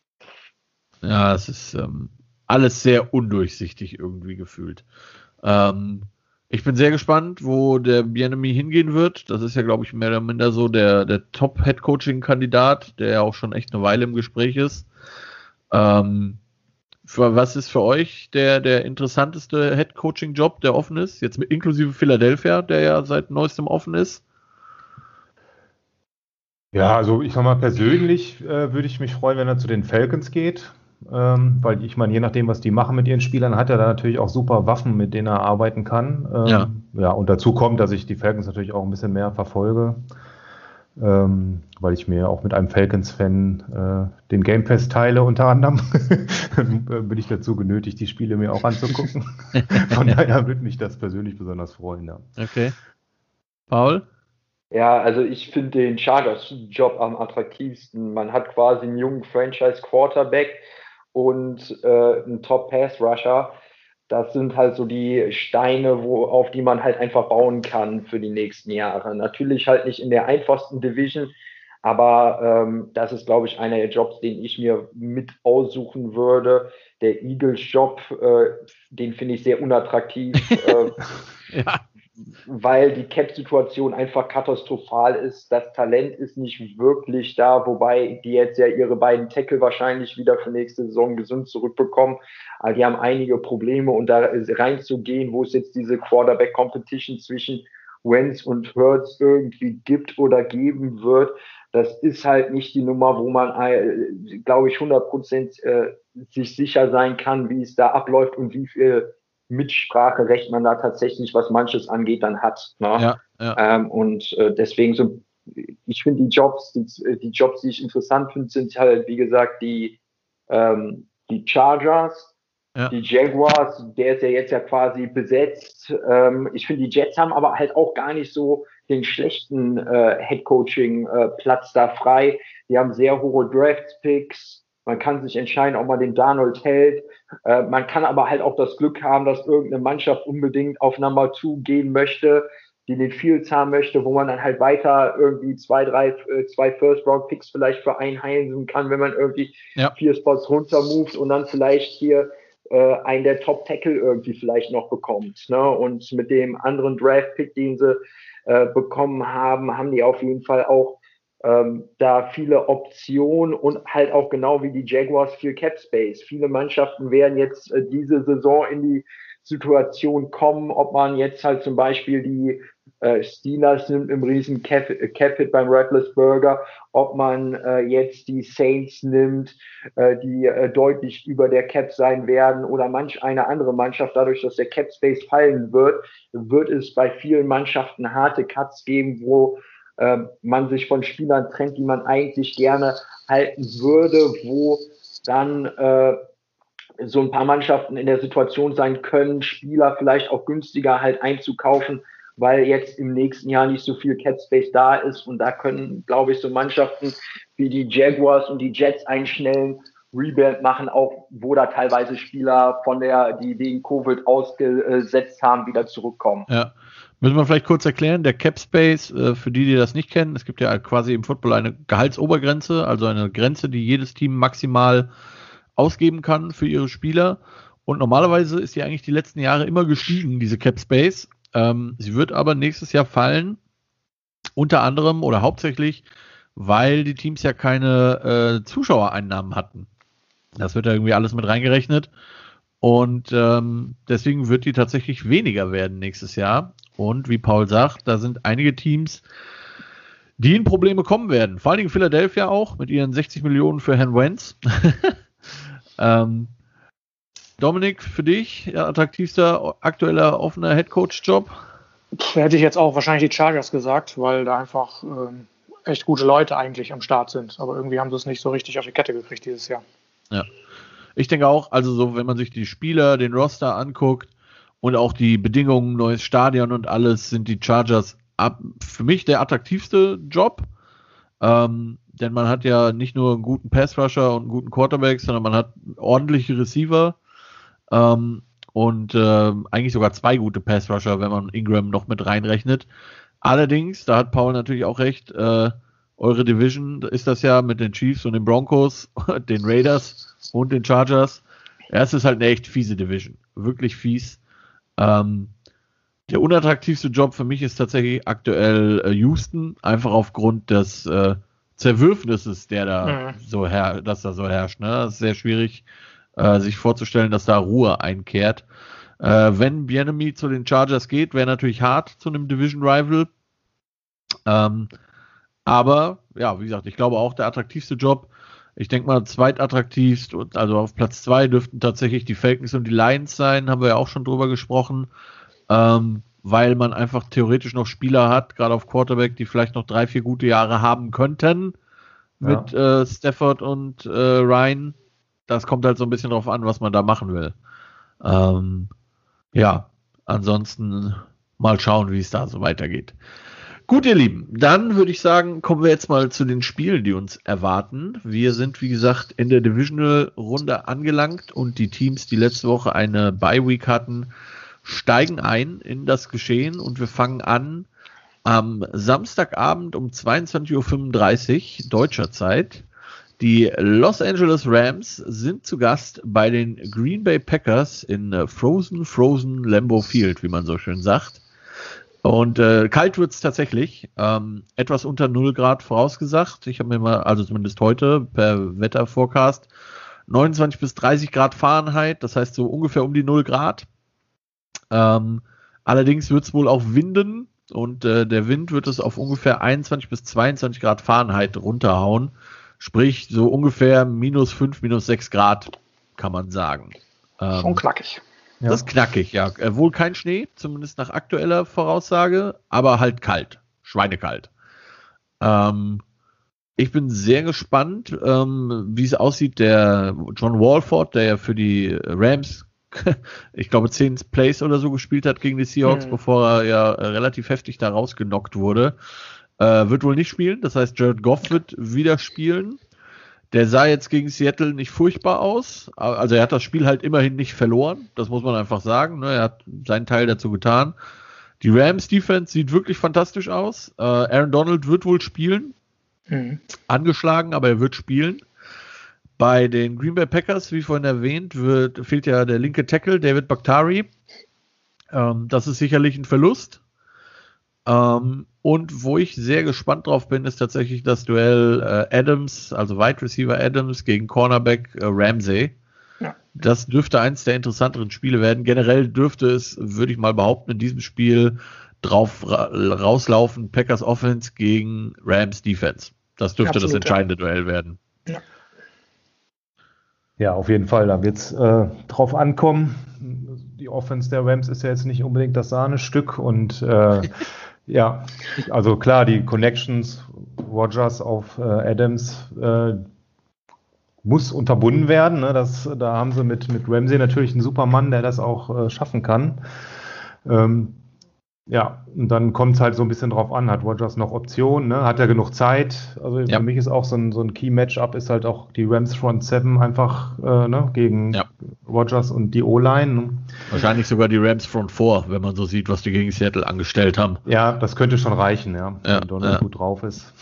Ja, es ist ähm, alles sehr undurchsichtig irgendwie gefühlt. Ähm, Ich bin sehr gespannt, wo der Bieniemy hingehen wird. Das ist ja, glaube ich, mehr oder minder so der, der Top-Head-Coaching-Kandidat, der ja auch schon echt eine Weile im Gespräch ist. Ähm, für, was ist für euch der, der interessanteste Head-Coaching-Job, der offen ist? Jetzt mit, inklusive Philadelphia, der ja seit neuestem offen ist. Ja, also ich sag mal, persönlich äh, würde ich mich freuen, wenn er zu den Falcons geht. Ähm, weil ich meine, je nachdem, was die machen mit ihren Spielern, hat er da natürlich auch super Waffen, mit denen er arbeiten kann. Ähm, Ja. ja, und dazu kommt, dass ich die Falcons natürlich auch ein bisschen mehr verfolge, ähm, weil ich mir auch mit einem Falcons-Fan äh, den Game Pass teile unter anderem. Dann bin ich dazu genötigt, die Spiele mir auch anzugucken. Von daher würde mich das persönlich besonders freuen. Ja. Okay. Paul? Ja, also ich finde den Chargers-Job am attraktivsten. Man hat quasi einen jungen Franchise-Quarterback und äh, einen Top-Pass-Rusher. Das sind halt so die Steine, wo, auf die man halt einfach bauen kann für die nächsten Jahre. Natürlich halt nicht in der einfachsten Division, aber ähm, das ist, glaube ich, einer der Jobs, den ich mir mit aussuchen würde. Der Eagles-Job, äh, den finde ich sehr unattraktiv. äh, Ja. Weil die Cap-Situation einfach katastrophal ist. Das Talent ist nicht wirklich da, wobei die jetzt ja ihre beiden Tackle wahrscheinlich wieder für nächste Saison gesund zurückbekommen. Aber die haben einige Probleme und da reinzugehen, wo es jetzt diese Quarterback-Competition zwischen Wentz und Hurts irgendwie gibt oder geben wird, das ist halt nicht die Nummer, wo man, äh, glaube ich, hundert Prozent äh, sich sicher sein kann, wie es da abläuft und wie viel Mitspracherecht man da tatsächlich, was manches angeht, dann hat. Ne? Ja, ja. Ähm, und äh, deswegen so, ich finde die Jobs, die, die Jobs, die ich interessant finde, sind halt, wie gesagt, die, ähm, die Chargers, Ja. die Jaguars, der ist ja jetzt ja quasi besetzt. Ähm, ich finde, die Jets haben aber halt auch gar nicht so den schlechten äh, Headcoaching-Platz äh, da frei. Die haben sehr hohe Draft-Picks. Man kann sich entscheiden, ob man den Darnold hält. Äh, man kann aber halt auch das Glück haben, dass irgendeine Mannschaft unbedingt auf Number Two gehen möchte, die den Fields haben möchte, wo man dann halt weiter irgendwie zwei, drei, äh, zwei First-Round-Picks vielleicht für einheimsen kann, wenn man irgendwie Ja. vier Spots runter moved und dann vielleicht hier äh, einen der Top-Tackle irgendwie vielleicht noch bekommt. Ne? Und mit dem anderen Draft-Pick, den sie äh, bekommen haben, haben die auf jeden Fall auch Ähm, da viele Optionen und halt auch genau wie die Jaguars viel Cap Space. Viele Mannschaften werden jetzt äh, diese Saison in die Situation kommen, ob man jetzt halt zum Beispiel die äh, Steelers nimmt im riesen Cap-Hit Cap beim Roethlisberger, ob man äh, jetzt die Saints nimmt, äh, die äh, deutlich über der Cap sein werden oder manch eine andere Mannschaft, dadurch, dass der Cap Space fallen wird, wird es bei vielen Mannschaften harte Cuts geben, wo äh, man sich von Spielern trennt, die man eigentlich gerne halten würde, wo dann äh, so ein paar Mannschaften in der Situation sein können, Spieler vielleicht auch günstiger halt einzukaufen, weil jetzt im nächsten Jahr nicht so viel Cap Space da ist und da können, glaube ich, so Mannschaften wie die Jaguars und die Jets einen schnellen Rebound machen, auch wo da teilweise Spieler von der, die wegen Covid ausgesetzt haben, wieder zurückkommen. Ja. Müssen wir vielleicht kurz erklären, der Cap Space, äh, für die, die das nicht kennen, es gibt ja quasi im Football eine Gehaltsobergrenze, also eine Grenze, die jedes Team maximal ausgeben kann für ihre Spieler. Und normalerweise ist die eigentlich die letzten Jahre immer gestiegen, diese Cap Space. Ähm, sie wird aber nächstes Jahr fallen, unter anderem oder hauptsächlich, weil die Teams ja keine äh, Zuschauereinnahmen hatten. Das wird ja irgendwie alles mit reingerechnet. Und ähm, deswegen wird die tatsächlich weniger werden nächstes Jahr. Und wie Paul sagt, da sind einige Teams, die in Probleme kommen werden. Vor allen Dingen Philadelphia auch, mit ihren sechzig Millionen für Herrn Wentz. ähm, Dominik, für dich, ja, attraktivster aktueller offener Headcoach-Job? Hätte ich jetzt auch wahrscheinlich die Chargers gesagt, weil da einfach ähm, echt gute Leute eigentlich am Start sind. Aber irgendwie haben sie es nicht so richtig auf die Kette gekriegt dieses Jahr. Ja, ich denke auch, also so, wenn man sich die Spieler, den Roster anguckt und auch die Bedingungen, neues Stadion und alles, sind die Chargers ab, für mich der attraktivste Job. Ähm, denn man hat ja nicht nur einen guten Pass-Rusher und einen guten Quarterback, sondern man hat ordentliche Receiver ähm, und äh, eigentlich sogar zwei gute Pass-Rusher, wenn man Ingram noch mit reinrechnet. Allerdings, da hat Paul natürlich auch recht, äh, eure Division ist das ja mit den Chiefs und den Broncos, den Raiders und den Chargers. Ja, es ist halt eine echt fiese Division. Wirklich fies. Ähm, der unattraktivste Job für mich ist tatsächlich aktuell äh, Houston, einfach aufgrund des äh, Zerwürfnisses, der da Mhm. so her, dass da so herrscht. Ne? Das ist sehr schwierig, äh, sich vorzustellen, dass da Ruhe einkehrt. Äh, wenn Bieniemy zu den Chargers geht, wäre natürlich hart zu einem Division Rival. Ähm, aber ja, wie gesagt, ich glaube auch der attraktivste Job. Ich denke mal, zweitattraktivst, und also auf Platz zwei dürften tatsächlich die Falcons und die Lions sein, haben wir ja auch schon drüber gesprochen, ähm, weil man einfach theoretisch noch Spieler hat, gerade auf Quarterback, die vielleicht noch drei, vier gute Jahre haben könnten mit ja. äh, Stafford und äh, Ryan. Das kommt halt so ein bisschen drauf an, was man da machen will. Ähm, ja, ansonsten mal schauen, wie es da so weitergeht. Gut, ihr Lieben, dann würde ich sagen, kommen wir jetzt mal zu den Spielen, die uns erwarten. Wir sind, wie gesagt, in der Divisional-Runde angelangt und die Teams, die letzte Woche eine Bye-Week hatten, steigen ein in das Geschehen und wir fangen an am Samstagabend um zweiundzwanzig Uhr fünfunddreißig deutscher Zeit. Die Los Angeles Rams sind zu Gast bei den Green Bay Packers in Frozen, Frozen Lambeau Field, wie man so schön sagt. Und äh, kalt wird es tatsächlich, ähm, etwas unter null Grad vorausgesagt. Ich habe mir mal, also zumindest heute per Wetterforecast, neunundzwanzig bis dreißig Grad Fahrenheit, das heißt so ungefähr um die null Grad. Ähm, allerdings wird es wohl auch winden und äh, der Wind wird es auf ungefähr einundzwanzig bis zweiundzwanzig Grad Fahrenheit runterhauen. Sprich so ungefähr minus fünf, minus sechs Grad, kann man sagen. Ähm, Schon knackig. Ja. Das ist knackig, ja. Äh, wohl kein Schnee, zumindest nach aktueller Voraussage, aber halt kalt. Schweinekalt. Ähm, ich bin sehr gespannt, ähm, wie es aussieht. Der John Walford, der ja für die Rams, ich glaube, zehn Plays oder so gespielt hat gegen die Seahawks, mhm. bevor er ja äh, relativ heftig da rausgenockt wurde, äh, wird wohl nicht spielen. Das heißt, Jared Goff wird wieder spielen. Der sah jetzt gegen Seattle nicht furchtbar aus. Also er hat das Spiel halt immerhin nicht verloren. Das muss man einfach sagen. Er hat seinen Teil dazu getan. Die Rams-Defense sieht wirklich fantastisch aus. Aaron Donald wird wohl spielen. Mhm. Angeschlagen, aber er wird spielen. Bei den Green Bay Packers, wie vorhin erwähnt, wird, fehlt ja der linke Tackle, David Bakhtiari. Das ist sicherlich ein Verlust. Ähm, und wo ich sehr gespannt drauf bin, ist tatsächlich das Duell äh, Adams, also Wide Receiver Adams gegen Cornerback äh, Ramsey. Ja. Das dürfte eins der interessanteren Spiele werden. Generell dürfte es, würde ich mal behaupten, in diesem Spiel drauf ra- rauslaufen, Packers Offense gegen Rams Defense. Das dürfte Absolut, das entscheidende ja. Duell werden. Ja. ja, auf jeden Fall. Da wird es äh, drauf ankommen. Die Offense der Rams ist ja jetzt nicht unbedingt das Sahnestück und äh, ja, also klar, die Connections Rodgers auf äh, Adams äh, muss unterbunden werden. Ne? Das, da haben sie mit, mit Ramsey natürlich einen super Mann, der das auch äh, schaffen kann. Ähm, ja, und dann kommt es halt so ein bisschen drauf an, hat Rodgers noch Optionen, ne? Hat er genug Zeit? Also ja. Für mich ist auch so ein, so ein Key-Matchup ist halt auch die Rams Front Seven einfach äh, ne? gegen ja. Rodgers und die O-Line. Ne? Wahrscheinlich sogar die Rams Front Four, wenn man so sieht, was die gegen Seattle angestellt haben. Ja, das könnte schon reichen, ja, ja wenn Donald ja. gut drauf ist.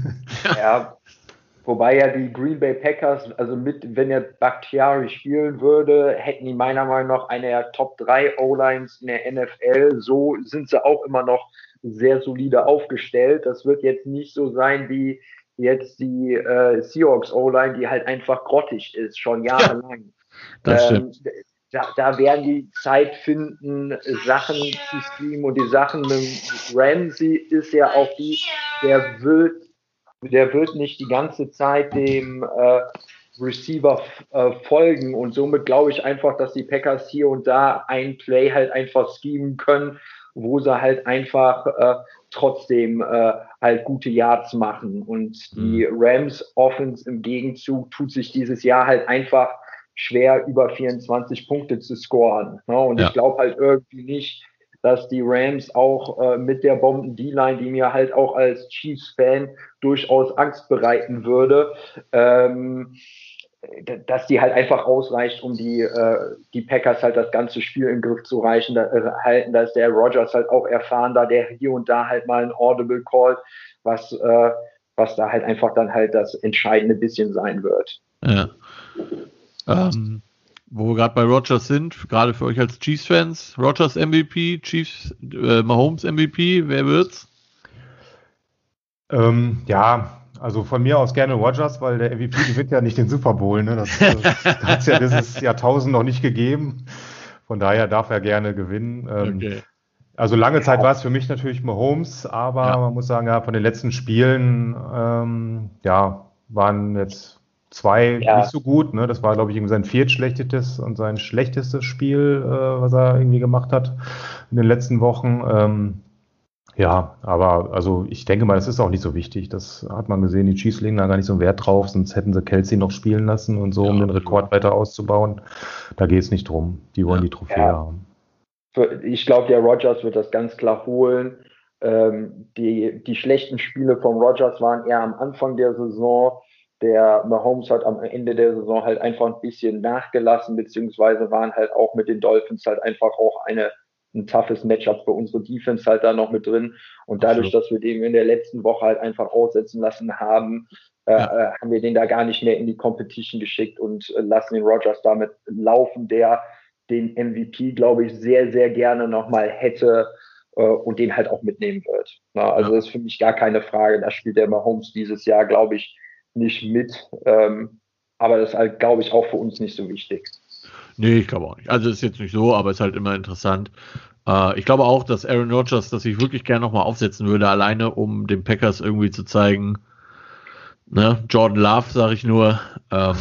Ja, wobei ja die Green Bay Packers, also mit, wenn er Bakhtiari spielen würde, hätten die meiner Meinung nach eine der Top drei O-Lines in der N F L. So sind sie auch immer noch sehr solide aufgestellt. Das wird jetzt nicht so sein wie jetzt die äh, Seahawks O-Line, die halt einfach grottig ist, schon jahrelang. Das stimmt. Ähm, Da, da werden die Zeit finden, Sachen zu streamen und die Sachen mit Ramsey ist ja auch die, der wird, der wird nicht die ganze Zeit dem äh, Receiver äh, folgen und somit glaube ich einfach, dass die Packers hier und da ein Play halt einfach schemen können, wo sie halt einfach äh, trotzdem äh, halt gute Yards machen und die Rams Offense im Gegenzug tut sich dieses Jahr halt einfach schwer, über vierundzwanzig Punkte zu scoren. Ne? Und ja. ich glaube halt irgendwie nicht, dass die Rams auch äh, mit der Bomben-D-Line, die mir halt auch als Chiefs-Fan durchaus Angst bereiten würde, ähm, dass die halt einfach ausreicht, um die, äh, die Packers halt das ganze Spiel im Griff zu reichen, da, äh, halten. Da ist der Rodgers halt auch erfahren, da der hier und da halt mal ein Audible callt, was, äh, was da halt einfach dann halt das entscheidende bisschen sein wird. Ja. Ähm, wo wir gerade bei Rodgers sind, gerade für euch als Chiefs-Fans, Rodgers M V P, Chiefs, äh, Mahomes M V P, wer wird's? Ähm, ja, also von mir aus gerne Rodgers, weil der M V P gewinnt ja nicht den Super Bowl. Ne? Das, das hat es ja dieses Jahrtausend noch nicht gegeben. Von daher darf er gerne gewinnen. Ähm, Okay. Also lange Zeit war es für mich natürlich Mahomes, aber Ja. man muss sagen, ja, von den letzten Spielen ähm, ja, waren jetzt zwei Ja. nicht so gut. Ne? Das war, glaube ich, irgendwie sein viertschlechtestes und sein schlechtestes Spiel, äh, was er irgendwie gemacht hat in den letzten Wochen. Ähm, ja, aber also ich denke mal, das ist auch nicht so wichtig. Das hat man gesehen, die Chiefs legen da gar nicht so einen Wert drauf, sonst hätten sie Kelsey noch spielen lassen und so, Ja, um den absolut. Rekord weiter auszubauen. Da geht es nicht drum. Die wollen Ja. die Trophäe Ja. haben. Ich glaube, der Rodgers wird das ganz klar holen. Ähm, die, die schlechten Spiele von Rodgers waren eher am Anfang der Saison. Der Mahomes hat am Ende der Saison halt einfach ein bisschen nachgelassen, beziehungsweise waren halt auch mit den Dolphins halt einfach auch eine, ein toughes Matchup für unsere Defense halt da noch mit drin. Und dadurch, Absolut. dass wir den in der letzten Woche halt einfach aussetzen lassen haben, äh, Ja. äh, haben wir den da gar nicht mehr in die Competition geschickt und äh, lassen den Rodgers damit laufen, der den M V P, glaube ich, sehr, sehr gerne nochmal hätte äh, und den halt auch mitnehmen wird. Na, also Ja. das ist für mich gar keine Frage. Da spielt der Mahomes dieses Jahr, glaube ich, nicht mit. Ähm, aber das ist halt, glaube ich, auch für uns nicht so wichtig. Nee, ich glaube auch nicht. Also ist jetzt nicht so, aber ist halt immer interessant. Äh, ich glaube auch, dass Aaron Rodgers, dass ich wirklich gerne nochmal aufsetzen würde, alleine um den Packers irgendwie zu zeigen, ne, Jordan Love, sage ich nur. Ähm,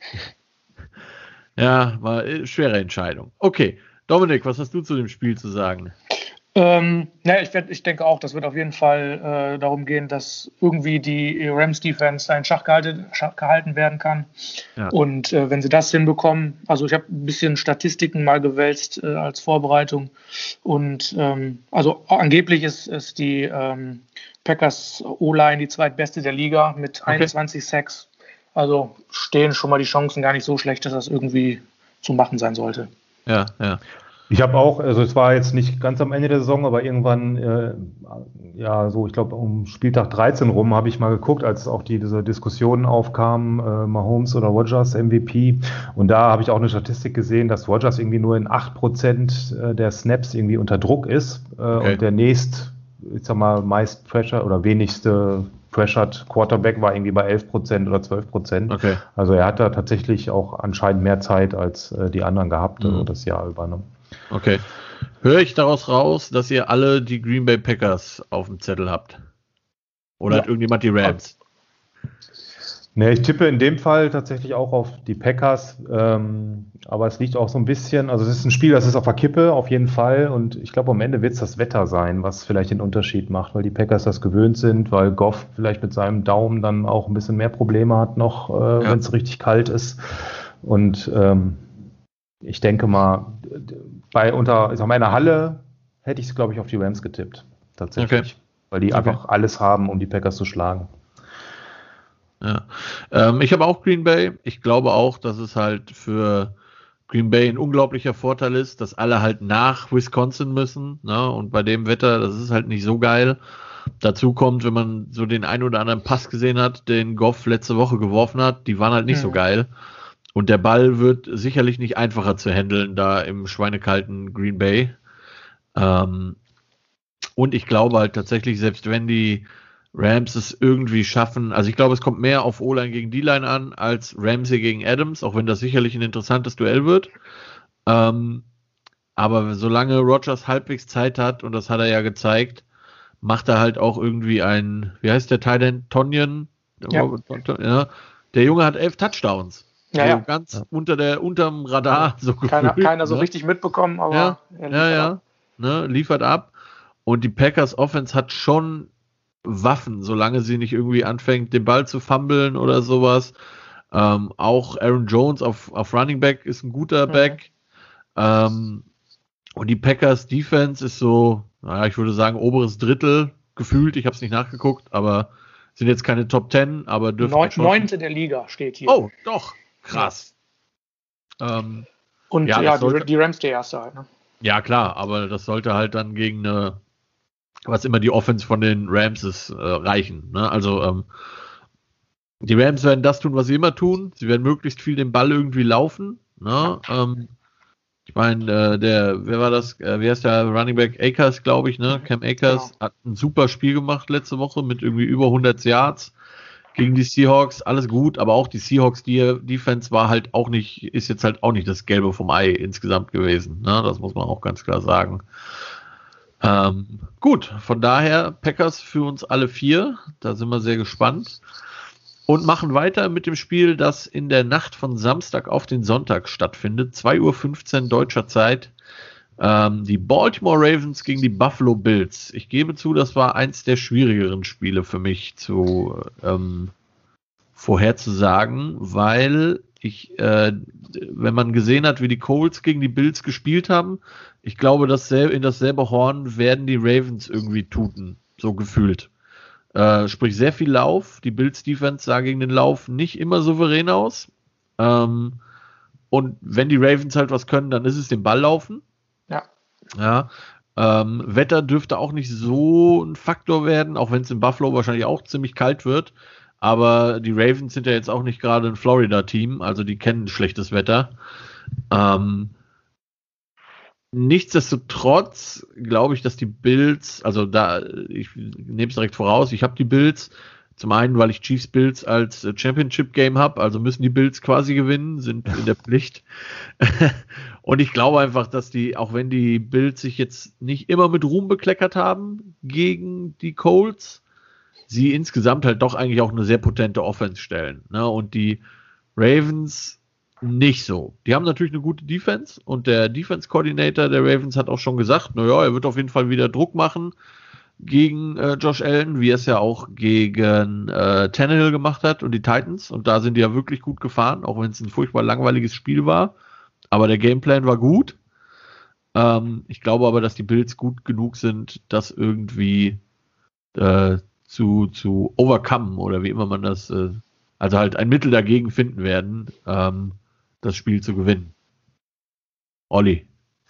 ja, war eine schwere Entscheidung. Okay, Dominik, was hast du zu dem Spiel zu sagen? Ähm, ja, ich, werd, ich denke auch, das wird auf jeden Fall äh, darum gehen, dass irgendwie die Rams-Defense in Schach gehalten, Schach gehalten werden kann. Ja. Und äh, wenn sie das hinbekommen, also ich habe ein bisschen Statistiken mal gewälzt äh, als Vorbereitung. Und ähm, also angeblich ist, ist die ähm, Packers O-Line die zweitbeste der Liga mit Okay. einundzwanzig Sacks. Also stehen schon mal die Chancen gar nicht so schlecht, dass das irgendwie zu machen sein sollte. Ja, ja. Ich habe auch, also es war jetzt nicht ganz am Ende der Saison, aber irgendwann, äh, ja, so, ich glaube, um Spieltag dreizehn rum habe ich mal geguckt, als auch die, diese Diskussionen aufkamen, äh, Mahomes oder Rodgers M V P. Und da habe ich auch eine Statistik gesehen, dass Rodgers irgendwie nur in acht Prozent der Snaps irgendwie unter Druck ist. Äh, Okay. Und der nächst, ich sag mal, meist Pressure oder wenigste Pressured Quarterback war irgendwie bei elf Prozent oder zwölf Prozent. Okay. Also er hat da tatsächlich auch anscheinend mehr Zeit als äh, die anderen gehabt, Mhm. also das Jahr über. Ne? Okay. Höre ich daraus raus, dass ihr alle die Green Bay Packers auf dem Zettel habt? Oder Ja. hat irgendjemand die Rams? Ne, ich tippe in dem Fall tatsächlich auch auf die Packers, ähm, aber es liegt auch so ein bisschen, also es ist ein Spiel, das ist auf der Kippe, auf jeden Fall, und ich glaube, am Ende wird es das Wetter sein, was vielleicht den Unterschied macht, weil die Packers das gewöhnt sind, weil Goff vielleicht mit seinem Daumen dann auch ein bisschen mehr Probleme hat noch, äh, Ja. wenn es richtig kalt ist, und ähm, ich denke mal, bei unter, ich sag mal, in der Halle hätte ich es, glaube ich, auf die Rams getippt, tatsächlich, Okay. weil die Okay. einfach alles haben, um die Packers zu schlagen. Ja. Ähm, ich habe auch Green Bay. Ich glaube auch, dass es halt für Green Bay ein unglaublicher Vorteil ist, dass alle halt nach Wisconsin müssen. Ne? Und bei dem Wetter, das ist halt nicht so geil. Dazu kommt, wenn man so den einen oder anderen Pass gesehen hat, den Goff letzte Woche geworfen hat, die waren halt nicht Mhm. so geil. Und der Ball wird sicherlich nicht einfacher zu handeln da im schweinekalten Green Bay. Ähm, und ich glaube halt tatsächlich, selbst wenn die Rams es irgendwie schaffen, also ich glaube, es kommt mehr auf O-Line gegen D-Line an, als Ramsey gegen Adams, auch wenn das sicherlich ein interessantes Duell wird. Ähm, aber solange Rodgers halbwegs Zeit hat, und das hat er ja gezeigt, macht er halt auch irgendwie ein, wie heißt der Tight End, Tonyan? Ja. Ja. Der Junge hat elf Touchdowns. Ja, so ja. ganz Ja. unter der, unterm Radar, so Keiner, gefühlt, keiner so ne? richtig mitbekommen, aber Ja, er Ja, liefert ja, ab. ne, liefert ab. Und die Packers Offense hat schon Waffen, solange sie nicht irgendwie anfängt, den Ball zu fummeln oder sowas. Ähm, auch Aaron Jones auf, auf Running Back ist ein guter Mhm. Back. Ähm, und die Packers Defense ist so, naja, ich würde sagen, oberes Drittel gefühlt. Ich habe es nicht nachgeguckt, aber sind jetzt keine Top Ten, aber dürfen Neun, halt schon. Neunte der Liga steht hier. Oh, doch, krass. Ähm, Und ja, ja, das die, sollte- die Rams der erste halt. Ne? Ja, klar, aber das sollte halt dann gegen eine, was immer die Offense von den Rams ist, äh, reichen. Ne? Also ähm, die Rams werden das tun, was sie immer tun. Sie werden möglichst viel den Ball irgendwie laufen. Ne? Ähm, ich meine, äh, der, wer war das? Äh, wer ist der Running Back? Akers, glaube ich, ne? Cam Akers Genau. hat ein super Spiel gemacht letzte Woche mit irgendwie über hundert Yards gegen die Seahawks. Alles gut, aber auch die Seahawks die Defense war halt auch nicht, ist jetzt halt auch nicht das Gelbe vom Ei insgesamt gewesen. Ne? Das muss man auch ganz klar sagen. Ähm, gut, von daher Packers für uns alle vier. Da sind wir sehr gespannt. Und machen weiter mit dem Spiel, das in der Nacht von Samstag auf den Sonntag stattfindet. zwei Uhr fünfzehn deutscher Zeit. Ähm, die Baltimore Ravens gegen die Buffalo Bills. Ich gebe zu, das war eins der schwierigeren Spiele für mich zu ähm, vorherzusagen, weil ich, äh, wenn man gesehen hat, wie die Colts gegen die Bills gespielt haben, ich glaube, dass in dasselbe Horn werden die Ravens irgendwie tuten, so gefühlt. Äh, sprich, sehr viel Lauf. Die Bills Defense sah gegen den Lauf nicht immer souverän aus. Ähm, und wenn die Ravens halt was können, dann ist es den Ball laufen. Ja. Ja. Ähm, Wetter dürfte auch nicht so ein Faktor werden, auch wenn es in Buffalo wahrscheinlich auch ziemlich kalt wird. Aber die Ravens sind ja jetzt auch nicht gerade ein Florida-Team, also die kennen schlechtes Wetter. Ähm, Nichtsdestotrotz glaube ich, dass die Bills, also da, ich nehme es direkt voraus, ich habe die Bills, zum einen, weil ich Chiefs Bills als Championship Game habe, also müssen die Bills quasi gewinnen, sind in der Pflicht. Und ich glaube einfach, dass die, auch wenn die Bills sich jetzt nicht immer mit Ruhm bekleckert haben gegen die Colts, sie insgesamt halt doch eigentlich auch eine sehr potente Offense stellen. Ne? Und die Ravens nicht so. Die haben natürlich eine gute Defense und der Defense-Coordinator der Ravens hat auch schon gesagt, naja, er wird auf jeden Fall wieder Druck machen gegen äh, Josh Allen, wie er es ja auch gegen äh, Tannehill gemacht hat und die Titans. Und da sind die ja wirklich gut gefahren, auch wenn es ein furchtbar langweiliges Spiel war. Aber der Gameplan war gut. Ähm, ich glaube aber, dass die Bills gut genug sind, das irgendwie äh, zu, zu overcome oder wie immer man das, äh, also halt ein Mittel dagegen finden werden, ähm, das Spiel zu gewinnen. Olli.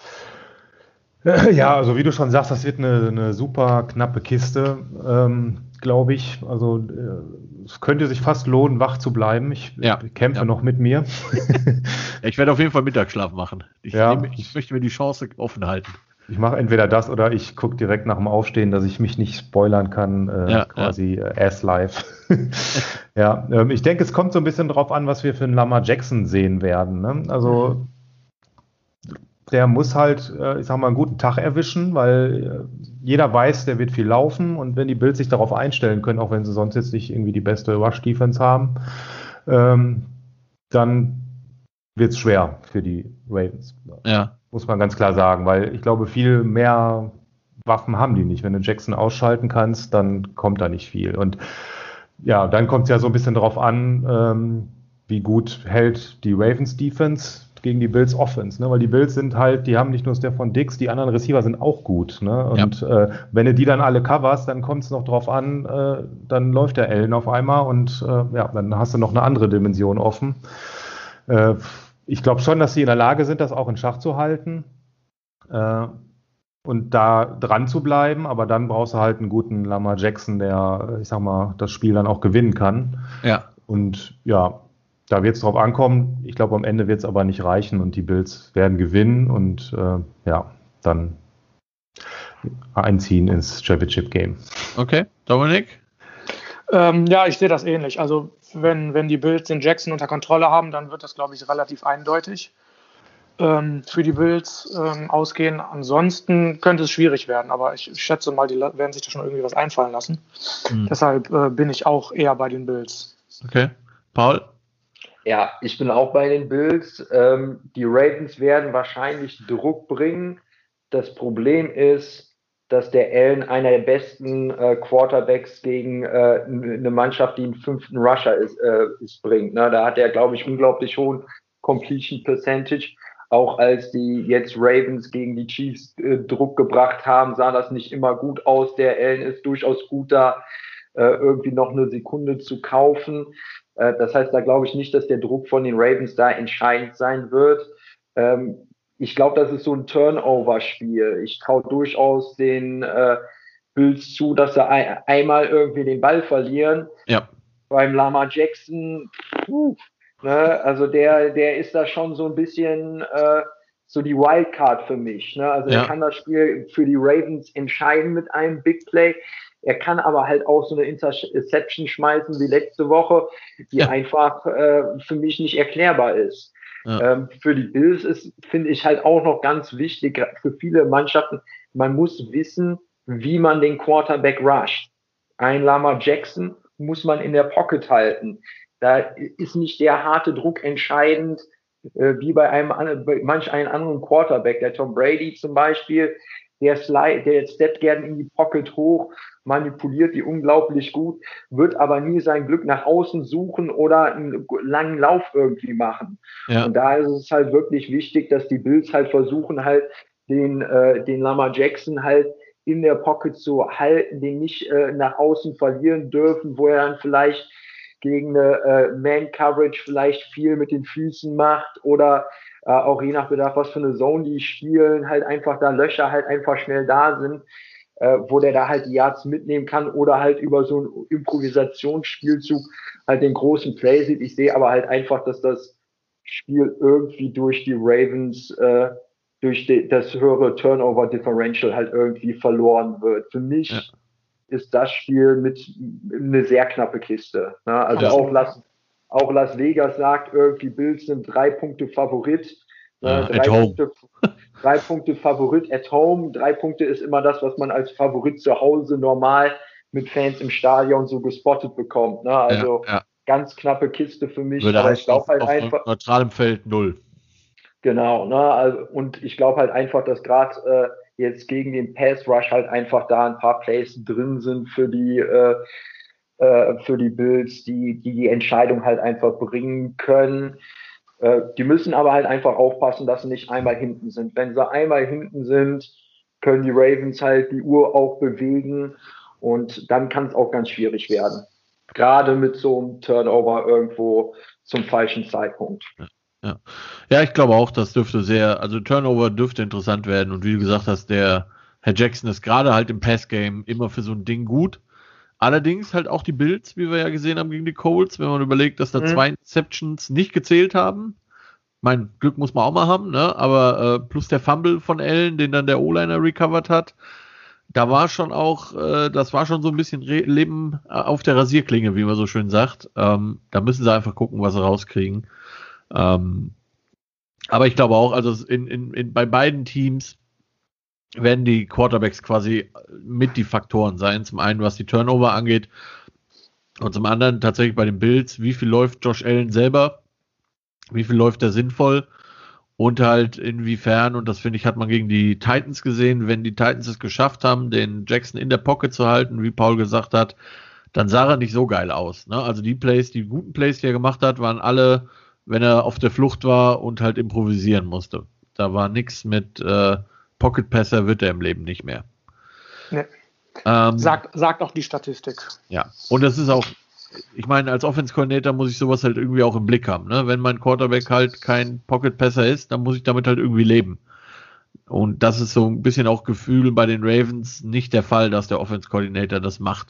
Ja, also wie du schon sagst, das wird eine, eine super knappe Kiste, ähm, glaube ich. Also äh, es könnte sich fast lohnen, wach zu bleiben. Ich Ja, kämpfe ja. noch mit mir. Ja, ich werde auf jeden Fall Mittagsschlaf machen. Ich, Ja. nehme, ich möchte mir die Chance offen halten. Ich mache entweder das oder ich gucke direkt nach dem Aufstehen, dass ich mich nicht spoilern kann, äh, Ja, quasi äh, as live. Ja, ähm, ich denke, es kommt so ein bisschen drauf an, was wir für einen Lamar Jackson sehen werden. Ne? Also der muss halt, äh, ich sag mal, einen guten Tag erwischen, weil äh, jeder weiß, der wird viel laufen und wenn die Bills sich darauf einstellen können, auch wenn sie sonst jetzt nicht irgendwie die beste Rush-Defense haben, ähm, dann wird es schwer für die Ravens. Ja. Muss man ganz klar sagen, weil ich glaube, viel mehr Waffen haben die nicht. Wenn du Jackson ausschalten kannst, dann kommt da nicht viel. Und ja, dann kommt es ja so ein bisschen darauf an, ähm, wie gut hält die Ravens Defense gegen die Bills Offense, ne? Weil die Bills sind halt, die haben nicht nur Stefon Diggs, die anderen Receiver sind auch gut, ne? Und ja. äh, wenn du die dann alle coverst, dann kommt es noch drauf an, äh, dann läuft der Allen auf einmal und äh, ja, dann hast du noch eine andere Dimension offen. Äh, ich glaube schon, dass sie in der Lage sind, das auch in Schach zu halten äh, und da dran zu bleiben, aber dann brauchst du halt einen guten Lamar Jackson, der, ich sag mal, das Spiel dann auch gewinnen kann. Ja. Und ja, da wird es drauf ankommen. Ich glaube, am Ende wird es aber nicht reichen und die Bills werden gewinnen und äh, ja, dann einziehen ins Championship Game. Okay, Dominik? Ähm, ja, ich sehe das ähnlich. Also wenn, wenn die Bills den Jackson unter Kontrolle haben, dann wird das, glaube ich, relativ eindeutig ähm, für die Bills ähm, ausgehen. Ansonsten könnte es schwierig werden, aber ich, ich schätze mal, die werden sich da schon irgendwie was einfallen lassen. Mhm. Deshalb äh, bin ich auch eher bei den Bills. Okay. Paul? Ja, ich bin auch bei den Bills. Ähm, die Ravens werden wahrscheinlich Druck bringen. Das Problem ist, dass der Allen einer der besten äh, Quarterbacks gegen äh, eine Mannschaft, die einen fünften Rusher ist, äh, ist bringt. Ne? Da hat er, glaube ich, unglaublich hohen Completion Percentage. Auch als die jetzt Ravens gegen die Chiefs äh, Druck gebracht haben, sah das nicht immer gut aus. Der Allen ist durchaus gut da, äh, irgendwie noch eine Sekunde zu kaufen. Äh, das heißt, da glaube ich nicht, dass der Druck von den Ravens da entscheidend sein wird. Ähm, Ich glaube, das ist so ein Turnover-Spiel. Ich traue durchaus den äh, Bills zu, dass sie ein, einmal irgendwie den Ball verlieren. Ja. Beim Lamar Jackson, puh, Ne? Also der, der ist da schon so ein bisschen äh, so die Wildcard für mich. Ne? Also ja. Er kann das Spiel für die Ravens entscheiden mit einem Big Play. Er kann aber halt auch so eine Interception schmeißen wie letzte Woche, die ja. einfach äh, für mich nicht erklärbar ist. Ja. Ähm, für die Bills ist, finde ich, halt auch noch ganz wichtig, für viele Mannschaften, man muss wissen, wie man den Quarterback rusht. Ein Lamar Jackson muss man in der Pocket halten. Da ist nicht der harte Druck entscheidend, äh, wie bei einem bei manch einem anderen Quarterback. Der Tom Brady zum Beispiel, der slide, der steppt gerne in die Pocket hoch, manipuliert die unglaublich gut, wird aber nie sein Glück nach außen suchen oder einen langen Lauf irgendwie machen. Ja. Und da ist es halt wirklich wichtig, dass die Bills halt versuchen halt den äh, den Lamar Jackson halt in der Pocket zu halten, den nicht äh, nach außen verlieren dürfen, wo er dann vielleicht gegen eine äh, Man-Coverage vielleicht viel mit den Füßen macht oder äh, auch je nach Bedarf, was für eine Zone die spielen, halt einfach da Löcher halt einfach schnell da sind, äh, wo der da halt die Yards mitnehmen kann oder halt über so einen Improvisationsspielzug halt den großen Play sieht. Ich sehe aber halt einfach, dass das Spiel irgendwie durch die Ravens, äh, durch die, das höhere Turnover-Differential halt irgendwie verloren wird. Für mich ja. ist das Spiel mit eine sehr knappe Kiste. Ne? Also ja. auch, Las, auch Las Vegas sagt irgendwie, Bills sind drei Punkte Favorit. Ja, ne? drei, Punkte, drei Punkte Favorit at home. Drei Punkte ist immer das, was man als Favorit zu Hause normal mit Fans im Stadion so gespottet bekommt. Ne? Also ja, ja. ganz knappe Kiste für mich. Würde aber ich glaube halt auf einfach neutralem Feld null. Genau, ne? Also, und ich glaube halt einfach, dass gerade äh, jetzt gegen den Pass Rush halt einfach da ein paar Plays drin sind für die äh, äh, für die Bills, die, die die Entscheidung halt einfach bringen können. Äh, die müssen aber halt einfach aufpassen, dass sie nicht einmal hinten sind. Wenn sie einmal hinten sind, können die Ravens halt die Uhr auch bewegen und dann kann es auch ganz schwierig werden. Gerade mit so einem Turnover irgendwo zum falschen Zeitpunkt. Ja. Ja. ja, ich glaube auch, das dürfte sehr, also Turnover dürfte interessant werden und wie du gesagt hast, der Herr Jackson ist gerade halt im Passgame immer für so ein Ding gut. Allerdings halt auch die Bills, wie wir ja gesehen haben gegen die Colts, wenn man überlegt, dass da mhm. zwei Interceptions nicht gezählt haben. Mein Glück muss man auch mal haben, ne? Aber äh, plus der Fumble von Allen, den dann der O-Liner recovered hat, da war schon auch, äh, das war schon so ein bisschen Re- Leben auf der Rasierklinge, wie man so schön sagt. Ähm, da müssen sie einfach gucken, was sie rauskriegen. Ähm, aber ich glaube auch, also in, in, in, bei beiden Teams werden die Quarterbacks quasi mit die Faktoren sein. Zum einen, was die Turnover angeht und zum anderen tatsächlich bei den Bills, wie viel läuft Josh Allen selber, wie viel läuft er sinnvoll und halt inwiefern, und das finde ich, hat man gegen die Titans gesehen, wenn die Titans es geschafft haben, den Jackson in der Pocket zu halten, wie Paul gesagt hat, dann sah er nicht so geil aus. Ne? Also die Plays, die guten Plays, die er gemacht hat, waren alle, wenn er auf der Flucht war und halt improvisieren musste. Da war nichts mit äh, Pocket-Passer, wird er im Leben nicht mehr. Nee. Ähm, sagt, sagt auch die Statistik. Ja, und das ist auch, ich meine, als Offense-Coordinator muss ich sowas halt irgendwie auch im Blick haben. Ne? Wenn mein Quarterback halt kein Pocket-Passer ist, dann muss ich damit halt irgendwie leben. Und das ist so ein bisschen auch Gefühl bei den Ravens nicht der Fall, dass der Offense-Coordinator das macht.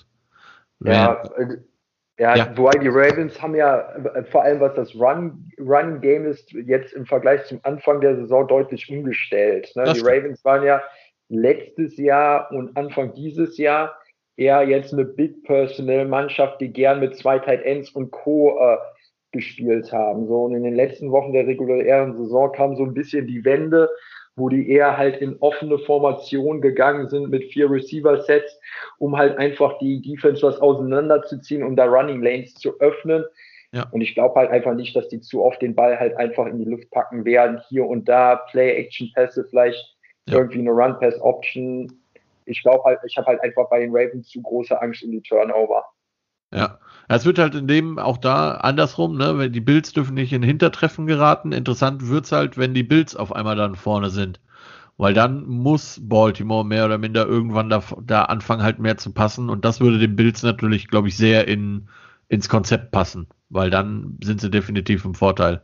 Ja, Wenn, Ja, ja, wobei die Ravens haben ja, vor allem was das Run, Run-Game ist, jetzt im Vergleich zum Anfang der Saison deutlich umgestellt. Ne? Die Ravens waren ja letztes Jahr und Anfang dieses Jahr eher jetzt eine Big-Personnel-Mannschaft, die gern mit zwei Tight Ends und Co. Äh, gespielt haben. So, und in den letzten Wochen der regulären Saison kam so ein bisschen die Wende, wo die eher halt in offene Formation gegangen sind mit vier Receiver-Sets, um halt einfach die Defense was auseinanderzuziehen, um da Running Lanes zu öffnen. Ja. Und ich glaube halt einfach nicht, dass die zu oft den Ball halt einfach in die Luft packen werden. Hier und da Play-Action-Pässe, vielleicht ja. irgendwie eine Run-Pass-Option. Ich glaube halt, ich habe halt einfach bei den Ravens zu große Angst um die Turnover. Ja, es wird halt in dem auch da andersrum, ne? Wenn die Bills dürfen nicht in Hintertreffen geraten. Interessant wird's halt, wenn die Bills auf einmal dann vorne sind. Weil dann muss Baltimore mehr oder minder irgendwann da, da anfangen halt mehr zu passen. Und das würde den Bills natürlich, glaube ich, sehr in, ins Konzept passen. Weil dann sind sie definitiv im Vorteil.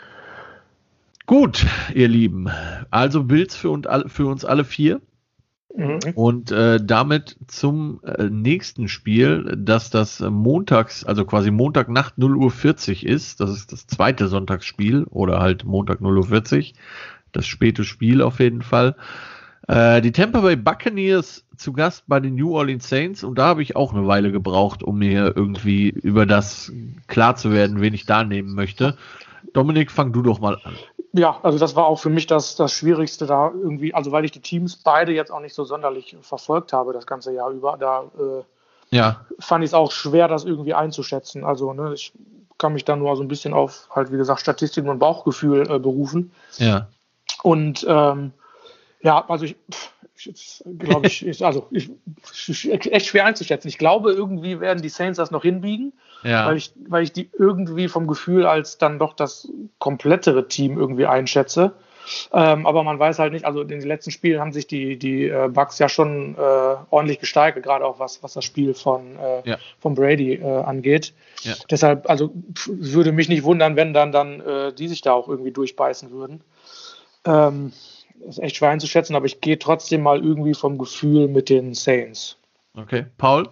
Gut, ihr Lieben. Also Bills für, und, für uns alle vier. Mhm. Und äh, damit zum äh, nächsten Spiel, dass das montags, also quasi Montagnacht null Uhr vierzig ist. Das ist das zweite Sonntagsspiel oder halt Montag null Uhr vierzig. Das späte Spiel auf jeden Fall. Äh, die Tampa Bay Buccaneers zu Gast bei den New Orleans Saints. Und da habe ich auch eine Weile gebraucht, um mir irgendwie über das klar zu werden, wen ich da nehmen möchte. Dominik, fang du doch mal an. Ja, also das war auch für mich das, das Schwierigste da irgendwie, also weil ich die Teams beide jetzt auch nicht so sonderlich verfolgt habe das ganze Jahr über, da äh, Ja. fand ich es auch schwer, das irgendwie einzuschätzen. Also ne, ich kann mich da nur so ein bisschen auf halt, wie gesagt, Statistiken und Bauchgefühl äh, berufen. Ja. Und ähm, ja, also ich, ich glaube ich, ich, also ich, echt schwer einzuschätzen. Ich glaube, irgendwie werden die Saints das noch hinbiegen. Ja. Weil ich, weil ich die irgendwie vom Gefühl als dann doch das komplettere Team irgendwie einschätze. Ähm, aber man weiß halt nicht, also in den letzten Spielen haben sich die, die äh, Bucks ja schon äh, ordentlich gesteigert, gerade auch was, was das Spiel von, äh, Ja. von Brady äh, angeht. Ja. Deshalb, also pf, würde mich nicht wundern, wenn dann, dann äh, die sich da auch irgendwie durchbeißen würden. Ähm, ist echt schwer einzuschätzen, aber ich gehe trotzdem mal irgendwie vom Gefühl mit den Saints. Okay. Paul?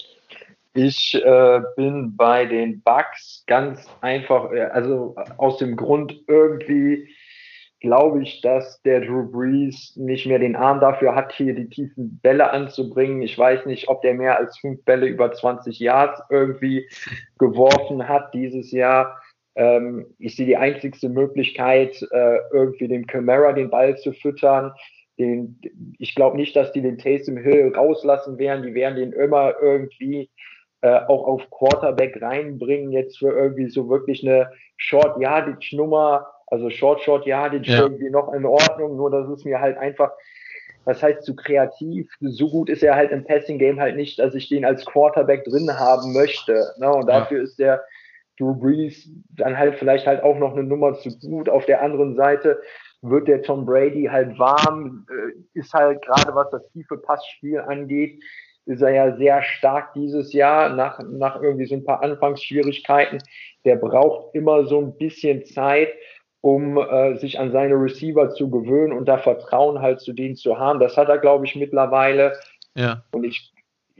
Ich äh, bin bei den Bucks ganz einfach, äh, also aus dem Grund irgendwie glaube ich, dass der Drew Brees nicht mehr den Arm dafür hat, hier die tiefen Bälle anzubringen. Ich weiß nicht, ob der mehr als fünf Bälle über zwanzig Yards irgendwie geworfen hat dieses Jahr. Ähm, ich sehe die einzigste Möglichkeit, äh, irgendwie dem Kamara den Ball zu füttern. Den, ich glaube nicht, dass die den Taysom Hill rauslassen werden. Die werden den immer irgendwie äh, auch auf Quarterback reinbringen, jetzt für irgendwie so wirklich eine Short-Yardage-Nummer, also Short-Short-Yardage Ja. irgendwie noch in Ordnung, nur das ist mir halt einfach, das heißt zu kreativ, so gut ist er halt im Passing-Game halt nicht, dass ich den als Quarterback drin haben möchte, ne? Und dafür ja. ist der Drew Brees dann halt vielleicht halt auch noch eine Nummer zu gut. Auf der anderen Seite wird der Tom Brady halt warm, äh, ist halt gerade was das tiefe Passspiel angeht, ist er ja sehr stark dieses Jahr, nach, nach irgendwie so ein paar Anfangsschwierigkeiten. Der braucht immer so ein bisschen Zeit, um äh, sich an seine Receiver zu gewöhnen und da Vertrauen halt zu denen zu haben. Das hat er, glaube ich, mittlerweile. Ja. Und ich,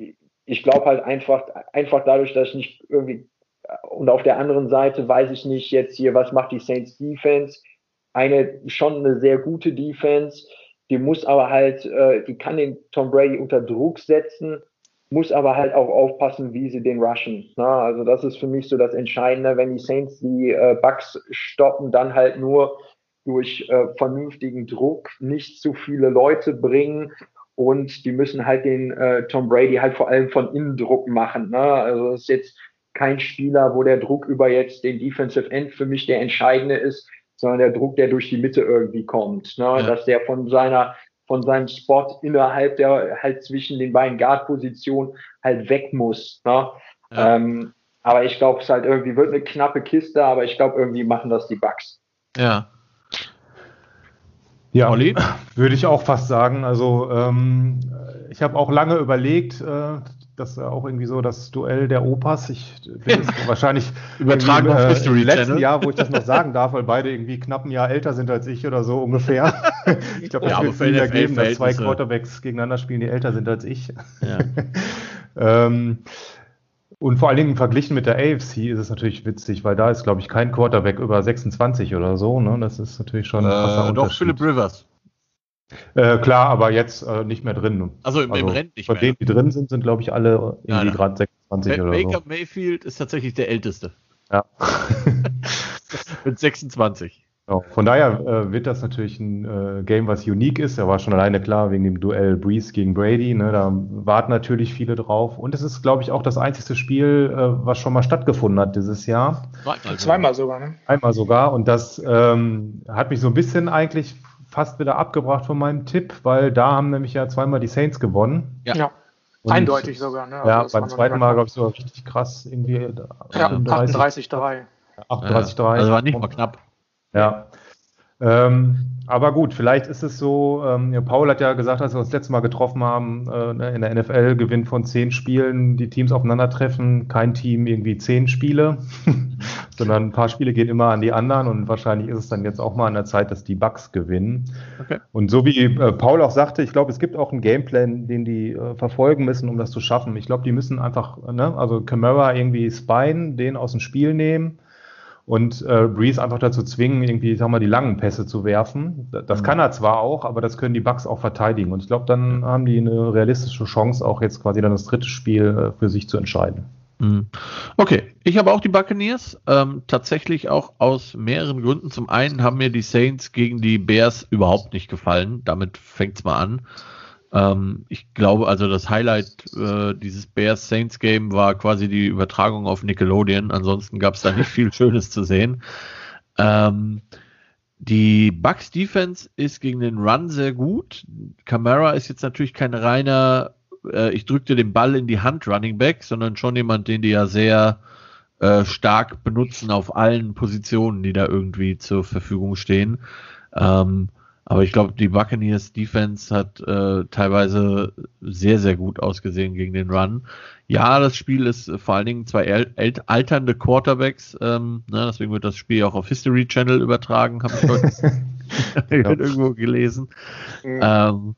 ich glaube halt einfach, einfach dadurch, dass ich nicht irgendwie, und auf der anderen Seite weiß ich nicht jetzt hier, was macht die Saints Defense? Eine, schon eine sehr gute Defense. Die muss aber halt, äh, die kann den Tom Brady unter Druck setzen, muss aber halt auch aufpassen, wie sie den rushen. Na, also das ist für mich so das Entscheidende, wenn die Saints die äh, Bucks stoppen, dann halt nur durch äh, vernünftigen Druck, nicht zu viele Leute bringen und die müssen halt den äh, Tom Brady halt vor allem von innen Druck machen. Ne? Also das ist jetzt kein Spieler, wo der Druck über jetzt den Defensive End für mich der entscheidende ist, sondern der Druck, der durch die Mitte irgendwie kommt, ne? Ja. Dass der von seiner, von seinem Spot innerhalb der, halt zwischen den beiden Guard-Positionen halt weg muss, ne? Ja. Ähm, aber ich glaube, es halt irgendwie wird eine knappe Kiste, aber ich glaube, irgendwie machen das die Bucks. Ja. Ja, Olli? Würde ich auch fast sagen. Also, ähm, ich habe auch lange überlegt, äh, das ist auch irgendwie so das Duell der Opas. Ich bin jetzt wahrscheinlich übertragen auf äh, History im letzten Channel. Jahr, wo ich das noch sagen darf, weil beide irgendwie knapp ein Jahr älter sind als ich oder so ungefähr. Ich glaube, das ja, wird es nie ergeben, dass zwei Quarterbacks gegeneinander spielen, die älter sind als ich. Ja. ähm, und vor allen Dingen verglichen mit der A F C ist es natürlich witzig, weil da ist, glaube ich, kein Quarterback über sechsundzwanzig oder so. Ne? Das ist natürlich schon ein krasser äh, Unterschied. Doch, Philip Rivers. Äh, klar, aber jetzt äh, nicht mehr drin. Also im, also, im Rennen nicht von mehr. Von denen, die drin sind, sind, glaube ich, alle irgendwie gerade sechsundzwanzig ba- oder Baker so. Baker Mayfield ist tatsächlich der Älteste. Ja. Mit sechsundzwanzig. Genau. Von daher äh, wird das natürlich ein äh, Game, was unique ist. Da war schon alleine klar wegen dem Duell Brees gegen Brady. Ne? Da warten natürlich viele drauf. Und es ist, glaube ich, auch das einzige Spiel, äh, was schon mal stattgefunden hat dieses Jahr. Zweimal, Zweimal sogar, ne? Einmal sogar. Und das ähm, hat mich so ein bisschen eigentlich fast wieder abgebracht von meinem Tipp, weil da haben nämlich ja zweimal die Saints gewonnen. Ja, ja. Eindeutig sogar. Ne? Also ja, beim zweiten Mal, glaube ich, so richtig krass irgendwie. Ja, achtunddreißig drei. achtunddreißig drei. Also war nicht mal knapp. Ja. Ähm, aber gut, vielleicht ist es so, ähm, ja, Paul hat ja gesagt, als wir uns das letzte Mal getroffen haben, äh, in der N F L gewinnt von zehn Spielen, die Teams aufeinandertreffen, kein Team irgendwie zehn Spiele, sondern ein paar Spiele gehen immer an die anderen und wahrscheinlich ist es dann jetzt auch mal an der Zeit, dass die Bucks gewinnen. Okay. Und so wie äh, Paul auch sagte, ich glaube, es gibt auch einen Gameplan, den die äh, verfolgen müssen, um das zu schaffen. Ich glaube, die müssen einfach, ne, also Kamara irgendwie spine, den aus dem Spiel nehmen. Und äh, Breeze einfach dazu zwingen, irgendwie, sag mal, die langen Pässe zu werfen. Das mhm. kann er zwar auch, aber das können die Bucks auch verteidigen. Und ich glaube, dann haben die eine realistische Chance, auch jetzt quasi dann das dritte Spiel äh, für sich zu entscheiden. Mhm. Okay, ich habe auch die Buccaneers. Ähm, tatsächlich auch aus mehreren Gründen. Zum einen haben mir die Saints gegen die Bears überhaupt nicht gefallen. Damit fängt's mal an. Ähm, ich glaube, also das Highlight äh, dieses Bears-Saints-Game war quasi die Übertragung auf Nickelodeon. Ansonsten gab es da nicht viel Schönes zu sehen. Ähm, die Bucks-Defense ist gegen den Run sehr gut. Kamara ist jetzt natürlich kein reiner, äh, ich drückte den Ball in die Hand Running Back, sondern schon jemand, den die ja sehr äh, stark benutzen auf allen Positionen, die da irgendwie zur Verfügung stehen. Ähm, Aber ich glaube, die Buccaneers Defense hat äh, teilweise sehr, sehr gut ausgesehen gegen den Run. Ja, das Spiel ist äh, vor allen Dingen zwei el- el- alternde Quarterbacks. Ähm, ne, deswegen wird das Spiel auch auf History Channel übertragen, habe ich heute ja. irgendwo gelesen. Mhm. Ähm,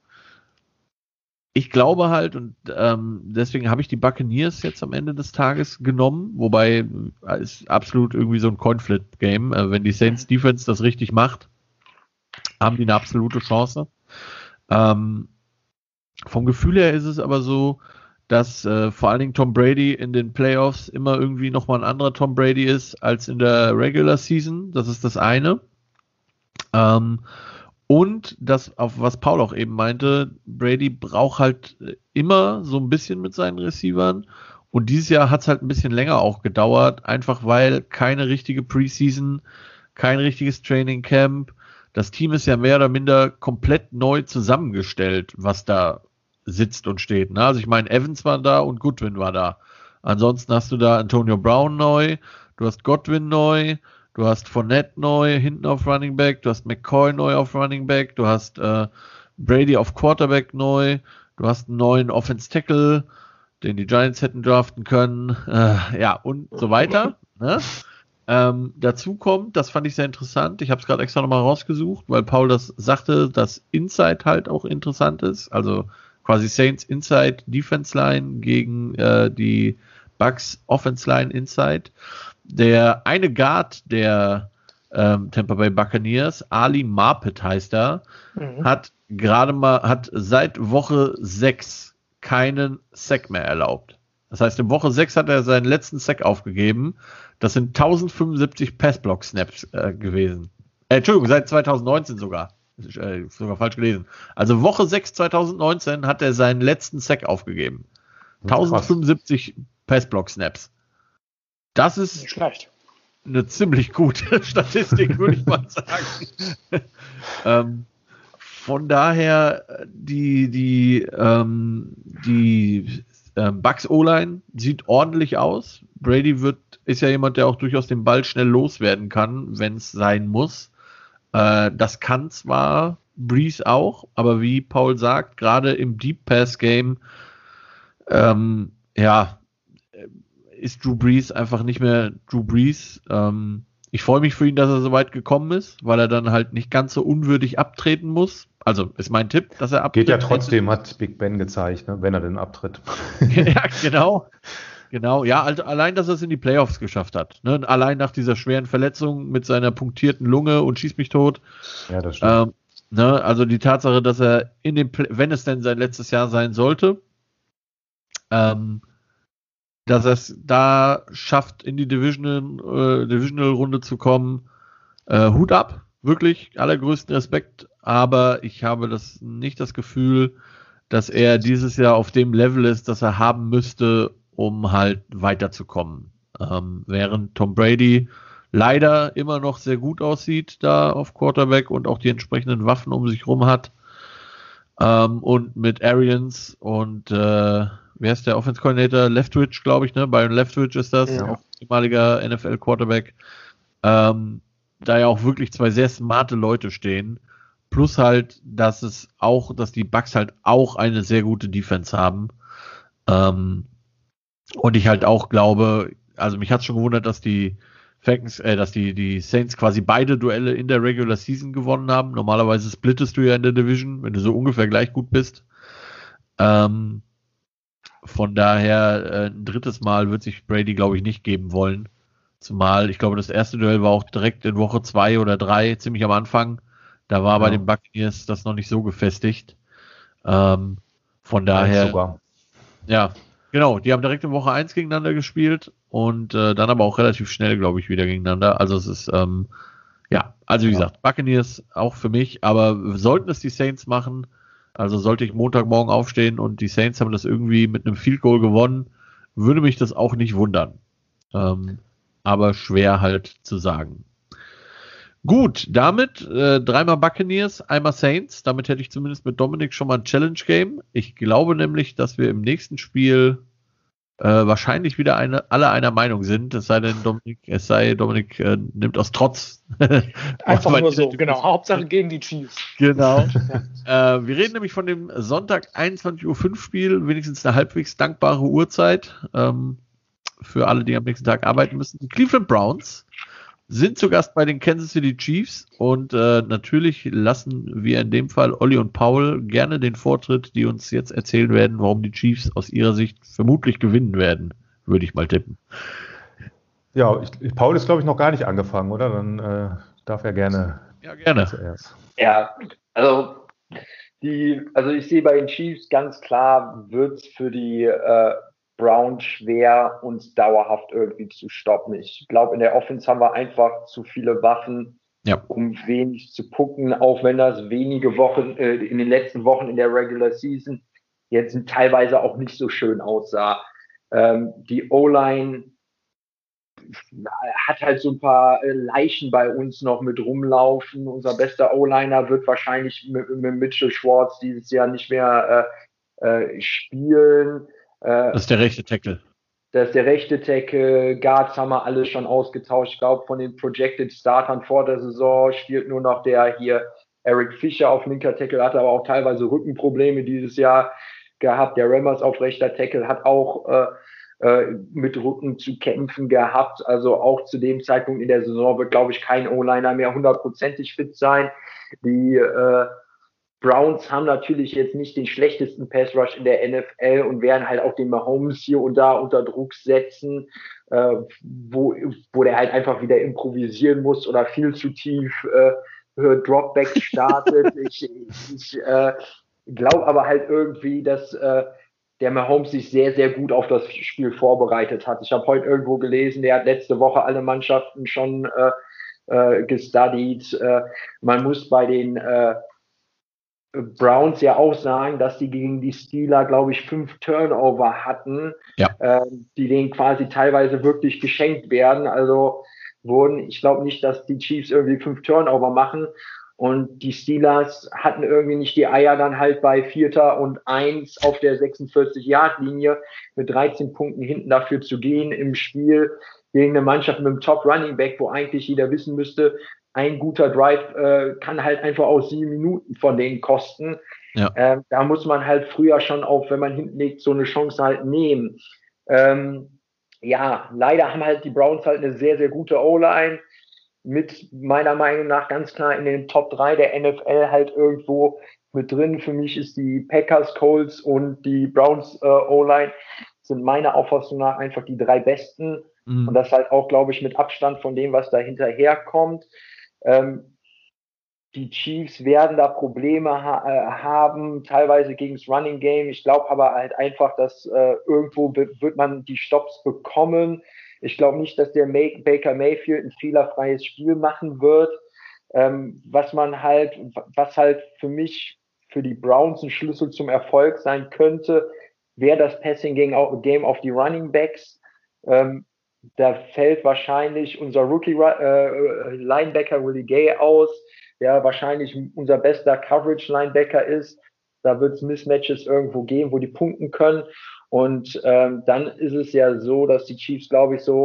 ich glaube halt, und ähm, deswegen habe ich die Buccaneers jetzt am Ende des Tages genommen, wobei es absolut irgendwie so ein Coin-Flip-Game. Äh, wenn die Saints Defense das richtig macht, haben die eine absolute Chance. Ähm, vom Gefühl her ist es aber so, dass äh, vor allen Dingen Tom Brady in den Playoffs immer irgendwie nochmal ein anderer Tom Brady ist als in der Regular Season. Das ist das eine. Ähm, und das, auf was Paul auch eben meinte, Brady braucht halt immer so ein bisschen mit seinen Receivern. Und dieses Jahr hat es halt ein bisschen länger auch gedauert, einfach weil keine richtige Preseason, kein richtiges Training Camp. Das Team ist ja mehr oder minder komplett neu zusammengestellt, was da sitzt und steht. Ne? Also ich meine, Evans war da und Goodwin war da. Ansonsten hast du da Antonio Brown neu, du hast Godwin neu, du hast Fournette neu hinten auf Running Back, du hast McCoy neu auf Running Back, du hast äh, Brady auf Quarterback neu, du hast einen neuen Offense Tackle, den die Giants hätten draften können, äh, ja, und so weiter. Ne? Ähm, dazu kommt, das fand ich sehr interessant, ich habe es gerade extra nochmal rausgesucht, weil Paul das sagte, dass Inside halt auch interessant ist, also quasi Saints Inside Defense Line gegen äh, die Bucks Offense Line Inside. Der eine Guard der ähm, Tampa Bay Buccaneers, Ali Marpet heißt er, mhm. hat gerade mal, hat seit Woche sechs keinen Sack mehr erlaubt. Das heißt, in Woche sechs hat er seinen letzten Sack aufgegeben. Das sind tausendfünfundsiebzig Passblock-Snaps äh, gewesen. Äh, Entschuldigung, seit zweitausendneunzehn sogar. Ist, äh, sogar falsch gelesen. Also Woche sechs zweitausendneunzehn hat er seinen letzten Sack aufgegeben. tausendfünfundsiebzig Passblock-Snaps. Das ist nicht schlecht. Eine ziemlich gute Statistik, würde ich mal sagen. ähm, von daher, die, die, ähm, die ähm, Bucks O-Line sieht ordentlich aus. Brady wird, ist ja jemand, der auch durchaus den Ball schnell loswerden kann, wenn es sein muss. Äh, das kann zwar Breeze auch, aber wie Paul sagt, gerade im Deep Pass Game, ähm, ja, ist Drew Brees einfach nicht mehr Drew Brees. Ähm, ich freue mich für ihn, dass er so weit gekommen ist, weil er dann halt nicht ganz so unwürdig abtreten muss. Also ist mein Tipp, dass er abtritt. Geht ja trotzdem, hat Big Ben gezeigt, ne, wenn er denn abtritt. Ja, genau. Genau, ja, also allein, dass er es in die Playoffs geschafft hat. Ne? Allein nach dieser schweren Verletzung mit seiner punktierten Lunge und schieß mich tot. Ja, das stimmt. Ähm, ne? Also die Tatsache, dass er in den, Play- wenn es denn sein letztes Jahr sein sollte, ähm, dass er es da schafft, in die Divisional, äh, Divisional-Runde zu kommen. Äh, Hut ab, wirklich, allergrößten Respekt, aber ich habe das nicht das Gefühl, dass er dieses Jahr auf dem Level ist, das er haben müsste, um halt weiterzukommen. Ähm, während Tom Brady leider immer noch sehr gut aussieht da auf Quarterback und auch die entsprechenden Waffen um sich rum hat. Ähm, und mit Arians und äh, wer ist der Offense Coordinator? Leftwich, glaube ich, ne? Byron Leftwich ist das, ja. auch ehemaliger N F L Quarterback. Ähm, da ja auch wirklich zwei sehr smarte Leute stehen. Plus halt, dass es auch, dass die Bucks halt auch eine sehr gute Defense haben. Ähm, und ich halt auch glaube, also mich hat es schon gewundert, dass die Falcons, äh, dass die, die Saints quasi beide Duelle in der Regular Season gewonnen haben. Normalerweise splittest du ja in der Division, wenn du so ungefähr gleich gut bist. Ähm, von daher, äh, ein drittes Mal wird sich Brady, glaube ich, nicht geben wollen. Zumal, ich glaube, das erste Duell war auch direkt in Woche zwei oder drei, ziemlich am Anfang. Da war ja. bei den Buccaneers das noch nicht so gefestigt. Ähm, von daher, sogar. ja, genau, die haben direkt in Woche eins gegeneinander gespielt und äh, dann aber auch relativ schnell, glaube ich, wieder gegeneinander. Also es ist, ähm, ja, also wie ja. gesagt, Buccaneers auch für mich, aber sollten es die Saints machen, also sollte ich Montagmorgen aufstehen und die Saints haben das irgendwie mit einem Field Goal gewonnen, würde mich das auch nicht wundern. Ähm, aber schwer halt zu sagen. Gut, damit äh, dreimal Buccaneers, einmal Saints. Damit hätte ich zumindest mit Dominik schon mal ein Challenge-Game. Ich glaube nämlich, dass wir im nächsten Spiel äh, wahrscheinlich wieder eine, alle einer Meinung sind. Es sei denn, Dominik, es sei, Dominik äh, nimmt aus Trotz. Einfach nur so, genau. Hauptsache gegen die Chiefs. Genau. ja. äh, wir reden nämlich von dem Sonntag einundzwanzig Uhr fünf Spiel, wenigstens eine halbwegs dankbare Uhrzeit. Ähm, für alle, die am nächsten Tag arbeiten müssen. Die Cleveland Browns sind zu Gast bei den Kansas City Chiefs und äh, natürlich lassen wir in dem Fall Olli und Paul gerne den Vortritt, die uns jetzt erzählen werden, warum die Chiefs aus ihrer Sicht vermutlich gewinnen werden, würde ich mal tippen. Ja, ich, Paul ist, glaube ich, noch gar nicht angefangen, oder? Dann äh, darf er gerne. Ja, gerne. Zuerst. Ja, also, die, also ich sehe bei den Chiefs ganz klar, wird es für die äh, Brown schwer, uns dauerhaft irgendwie zu stoppen. Ich glaube, in der Offense haben wir einfach zu viele Waffen, ja. um wenig zu pucken, auch wenn das wenige Wochen äh, in den letzten Wochen in der Regular Season jetzt teilweise auch nicht so schön aussah. Ähm, die O-Line hat halt so ein paar äh, Leichen bei uns noch mit rumlaufen. Unser bester O-Liner wird wahrscheinlich mit, mit Mitchell Schwartz dieses Jahr nicht mehr äh, äh, spielen. Das ist der rechte Tackle. Das ist der rechte Tackle. Guards haben wir alle schon ausgetauscht. Ich glaube, von den Projected Startern vor der Saison spielt nur noch der hier Eric Fischer auf linker Tackle, hat aber auch teilweise Rückenprobleme dieses Jahr gehabt. Der Remmers auf rechter Tackle hat auch äh, äh, mit Rücken zu kämpfen gehabt. Also auch zu dem Zeitpunkt in der Saison wird, glaube ich, kein O-Liner mehr hundertprozentig fit sein. Die äh, Browns haben natürlich jetzt nicht den schlechtesten Pass Rush in der N F L und werden halt auch den Mahomes hier und da unter Druck setzen, äh, wo, wo der halt einfach wieder improvisieren muss oder viel zu tief äh, Dropback startet. ich ich äh, glaube aber halt irgendwie, dass äh, der Mahomes sich sehr, sehr gut auf das Spiel vorbereitet hat. Ich habe heute irgendwo gelesen, der hat letzte Woche alle Mannschaften schon äh, äh, gestudied. Äh, man muss bei den äh, Browns ja auch sagen, dass die gegen die Steelers, glaube ich, fünf Turnover hatten, ja. äh, die denen quasi teilweise wirklich geschenkt werden. Also wurden, ich glaube nicht, dass die Chiefs irgendwie fünf Turnover machen. Und die Steelers hatten irgendwie nicht die Eier, dann halt bei Vierter und Eins auf der sechsundvierzig-Yard-Linie mit dreizehn Punkten hinten dafür zu gehen im Spiel gegen eine Mannschaft mit einem Top-Running-Back, wo eigentlich jeder wissen müsste, ein guter Drive äh, kann halt einfach auch sieben Minuten von denen kosten. Ja. Ähm, da muss man halt früher schon auf, wenn man hinten liegt, so eine Chance halt nehmen. Ähm, ja, leider haben halt die Browns halt eine sehr, sehr gute O-Line mit meiner Meinung nach ganz klar in den Top drei der N F L halt irgendwo mit drin. Für mich ist die Packers, Colts und die Browns äh, O-Line sind meiner Auffassung nach einfach die drei besten. Mhm. Und das halt auch, glaube ich, mit Abstand von dem, was da hinterher kommt. Ähm, die Chiefs werden da Probleme ha- äh, haben, teilweise gegen das Running Game. Ich glaube aber halt einfach, dass äh, irgendwo be- wird man die Stops bekommen. Ich glaube nicht, dass der May- Baker Mayfield ein fehlerfreies Spiel machen wird. Ähm, was man halt, was halt für mich, für die Browns ein Schlüssel zum Erfolg sein könnte, wäre das Passing Game auf die Running Backs. Ähm, Da fällt wahrscheinlich unser Rookie-Linebacker äh, Willie Gay aus, der wahrscheinlich unser bester Coverage-Linebacker ist. Da wird es Mismatches irgendwo geben, wo die punkten können. Und ähm, dann ist es ja so, dass die Chiefs, glaube ich, so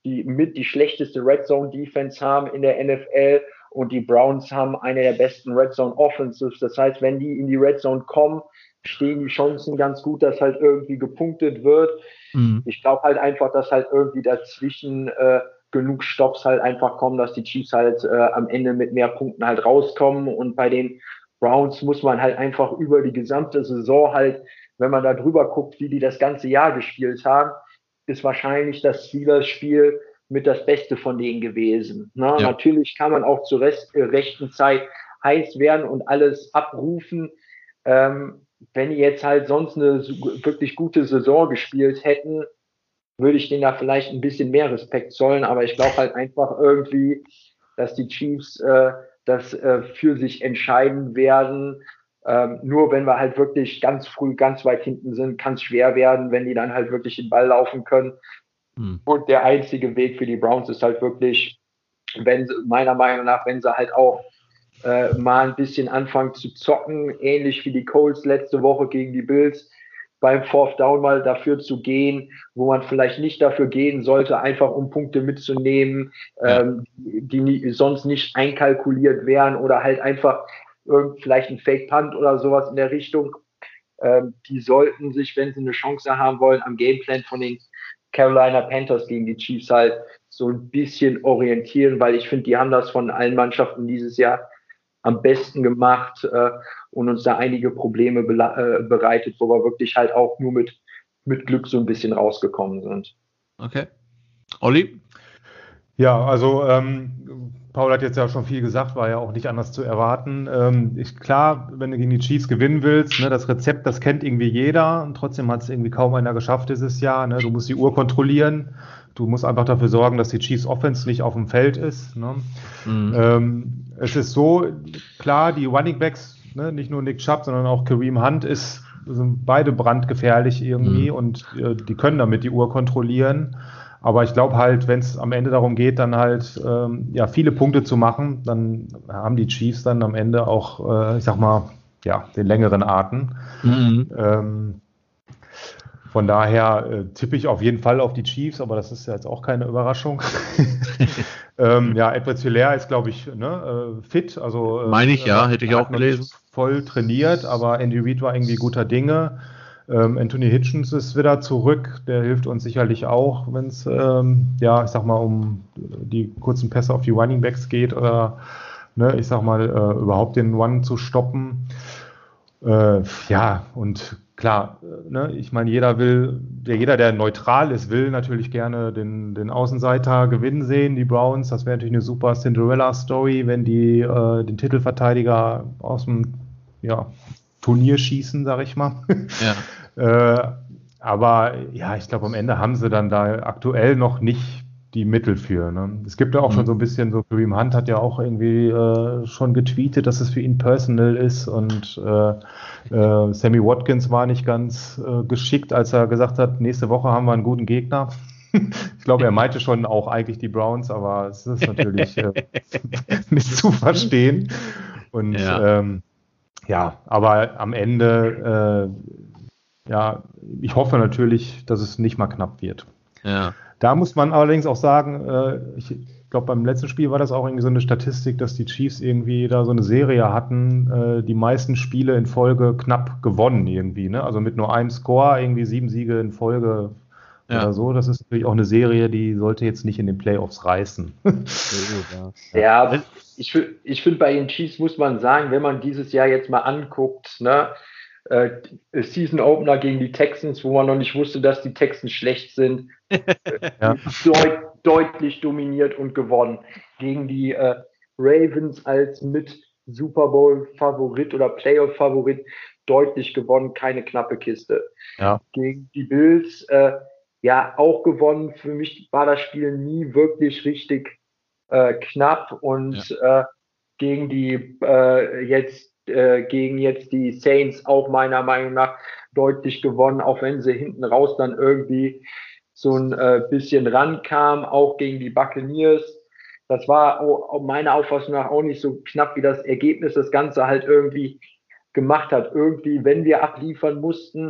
die mit die schlechteste Red Zone Defense haben in der N F L und die Browns haben eine der besten Red Zone Offenses. Das heißt, wenn die in die Red Zone kommen, stehen die Chancen ganz gut, dass halt irgendwie gepunktet wird. Mhm. Ich glaube halt einfach, dass halt irgendwie dazwischen äh, genug Stops halt einfach kommen, dass die Chiefs halt äh, am Ende mit mehr Punkten halt rauskommen. Und bei den Browns muss man halt einfach über die gesamte Saison halt, wenn man da drüber guckt, wie die das ganze Jahr gespielt haben, ist wahrscheinlich das Steelers-Spiel mit das Beste von denen gewesen. Ne? Ja. Natürlich kann man auch zur Rest, äh, rechten Zeit heiß werden und alles abrufen. Ähm, wenn die jetzt halt sonst eine wirklich gute Saison gespielt hätten, würde ich denen da vielleicht ein bisschen mehr Respekt zollen. Aber ich glaube halt einfach irgendwie, dass die Chiefs äh, das äh, für sich entscheiden werden. Ähm, nur wenn wir halt wirklich ganz früh, ganz weit hinten sind, kann es schwer werden, wenn die dann halt wirklich den Ball laufen können. Hm. Und der einzige Weg für die Browns ist halt wirklich, wenn sie, meiner Meinung nach, wenn sie halt auch äh, mal ein bisschen anfangen zu zocken, ähnlich wie die Colts letzte Woche gegen die Bills, beim Fourth Down mal dafür zu gehen, wo man vielleicht nicht dafür gehen sollte, einfach um Punkte mitzunehmen, ja. ähm, die nie, sonst nicht einkalkuliert wären oder halt einfach irgend, vielleicht ein Fake Punt oder sowas in der Richtung. Ähm, die sollten sich, wenn sie eine Chance haben wollen, am Gameplan von den Carolina Panthers gegen die Chiefs halt so ein bisschen orientieren, weil ich finde, die haben das von allen Mannschaften dieses Jahr am besten gemacht äh, und uns da einige Probleme bela- äh, bereitet, wo wir wirklich halt auch nur mit, mit Glück so ein bisschen rausgekommen sind. Okay. Olli? Ja, also ähm, Paul hat jetzt ja schon viel gesagt, war ja auch nicht anders zu erwarten. Ähm, ich, klar, wenn du gegen die Chiefs gewinnen willst, ne, das Rezept, das kennt irgendwie jeder und trotzdem hat es irgendwie kaum einer geschafft dieses Jahr. Ne? Du musst die Uhr kontrollieren, du musst einfach dafür sorgen, dass die Chiefs Offense nicht auf dem Feld ist. Ne? Mhm. Ähm, es ist so, klar, die Running Backs, ne, nicht nur Nick Chubb, sondern auch Kareem Hunt ist, sind beide brandgefährlich irgendwie mhm. und äh, die können damit die Uhr kontrollieren. Aber ich glaube halt, wenn es am Ende darum geht, dann halt ähm, ja viele Punkte zu machen, dann haben die Chiefs dann am Ende auch, äh, ich sag mal, ja, den längeren Atem. Mhm. Ähm, von daher äh, tippe ich auf jeden Fall auf die Chiefs, aber das ist ja jetzt auch keine Überraschung. ähm, ja, Edward Hilaire ist, glaube ich, ne, äh, fit. Also äh, meine ich, ja, hätte ich auch gelesen. Voll trainiert, aber Andy Reid war irgendwie guter Dinge. Ähm, Anthony Hitchens ist wieder zurück, der hilft uns sicherlich auch, wenn es, ähm, ja, ich sag mal, um die kurzen Pässe auf die Running Backs geht oder, ne, ich sag mal, äh, überhaupt den Run zu stoppen. Äh, ja, und klar, ne, ich meine, jeder will, der, jeder, der neutral ist, will natürlich gerne den, den Außenseiter gewinnen sehen, die Browns. Das wäre natürlich eine super Cinderella-Story, wenn die äh, den Titelverteidiger aus dem, ja, Turnier schießen, sag ich mal. Ja. äh, aber ja, ich glaube, am Ende haben sie dann da aktuell noch nicht die Mittel für. Ne? Es gibt ja auch mhm. schon so ein bisschen, so Kareem Hunt hat ja auch irgendwie äh, schon getweetet, dass es für ihn personal ist und äh, äh, Sammy Watkins war nicht ganz äh, geschickt, als er gesagt hat, nächste Woche haben wir einen guten Gegner. Ich glaube, er meinte schon auch eigentlich die Browns, aber es ist natürlich äh, nicht zu verstehen. Und ja. Ähm, Ja, aber am Ende, äh, ja, ich hoffe natürlich, dass es nicht mal knapp wird. Ja. Da muss man allerdings auch sagen, äh, ich glaube, beim letzten Spiel war das auch irgendwie so eine Statistik, dass die Chiefs irgendwie da so eine Serie hatten, äh, die meisten Spiele in Folge knapp gewonnen irgendwie, ne? Also mit nur einem Score, irgendwie sieben Siege in Folge ja. oder so. Das ist natürlich auch eine Serie, die sollte jetzt nicht in den Playoffs reißen. ja. ja. Ich, ich finde, bei den Chiefs muss man sagen, wenn man dieses Jahr jetzt mal anguckt, ne, äh, Season Opener gegen die Texans, wo man noch nicht wusste, dass die Texans schlecht sind, ja. deut, deutlich dominiert und gewonnen. Gegen die äh, Ravens als mit Super Bowl Favorit oder Playoff Favorit deutlich gewonnen, keine knappe Kiste. Ja. Gegen die Bills, äh, ja, auch gewonnen. Für mich war das Spiel nie wirklich richtig Äh, knapp und ja. äh, gegen die äh, jetzt äh, gegen jetzt die Saints auch meiner Meinung nach deutlich gewonnen, auch wenn sie hinten raus dann irgendwie so ein äh, bisschen rankam, auch gegen die Buccaneers. Das war auch, meiner Auffassung nach auch nicht so knapp, wie das Ergebnis das Ganze halt irgendwie gemacht hat. Irgendwie, wenn wir abliefern mussten,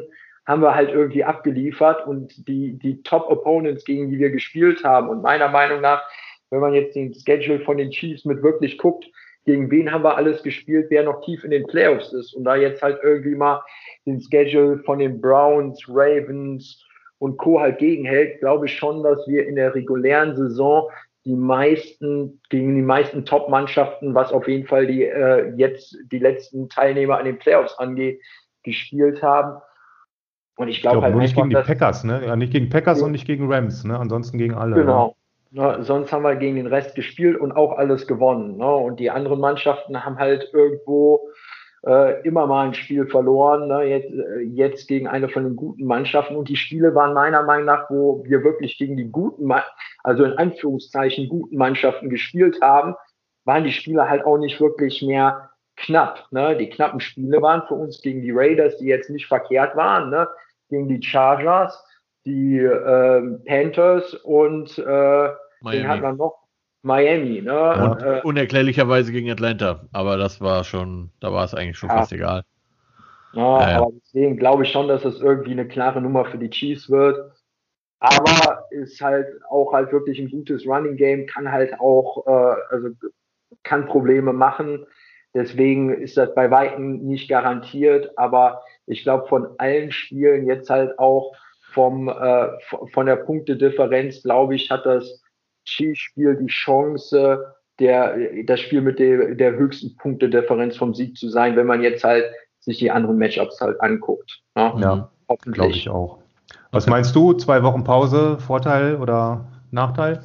haben wir halt irgendwie abgeliefert und die, die Top-Opponents, gegen die wir gespielt haben. Und meiner Meinung nach, wenn man jetzt den Schedule von den Chiefs mit wirklich guckt, gegen wen haben wir alles gespielt, wer noch tief in den Playoffs ist. Und da jetzt halt irgendwie mal den Schedule von den Browns, Ravens und Co. halt gegenhält, glaube ich schon, dass wir in der regulären Saison die meisten, gegen die meisten Top-Mannschaften, was auf jeden Fall die äh, jetzt die letzten Teilnehmer an den Playoffs angeht, gespielt haben. Und ich glaube glaub, halt nur einfach, nicht gegen die Packers, ne? Ja, nicht gegen Packers ja. und nicht gegen Rams, ne? Ansonsten gegen alle. Genau. Ja. Ne, sonst haben wir gegen den Rest gespielt und auch alles gewonnen. Ne? Und die anderen Mannschaften haben halt irgendwo äh, immer mal ein Spiel verloren, ne? jetzt, äh, jetzt gegen eine von den guten Mannschaften. Und die Spiele waren meiner Meinung nach, wo wir wirklich gegen die guten, also in Anführungszeichen guten Mannschaften gespielt haben, waren die Spiele halt auch nicht wirklich mehr knapp. Ne? Die knappen Spiele waren für uns gegen die Raiders, die jetzt nicht verkehrt waren, ne? Gegen die Chargers, die äh, Panthers und äh, den hat man noch Miami. Ne? Und und, äh, unerklärlicherweise gegen Atlanta, aber das war schon, da war es eigentlich schon ja. fast egal. Ja, ja, aber deswegen glaube ich schon, dass es irgendwie eine klare Nummer für die Chiefs wird. Aber ist halt auch halt wirklich ein gutes Running Game, kann halt auch, äh, also kann Probleme machen. Deswegen ist das bei Weitem nicht garantiert. Aber ich glaube, von allen Spielen jetzt halt auch vom äh, von der Punktedifferenz, glaube ich, hat das Chiefs-Spiel die Chance, der das Spiel mit der, der höchsten Punktedifferenz vom Sieg zu sein, wenn man jetzt halt sich die anderen Matchups halt anguckt. Ne? Ja, glaube ich auch. Was meinst du? Zwei Wochen Pause, Vorteil oder Nachteil?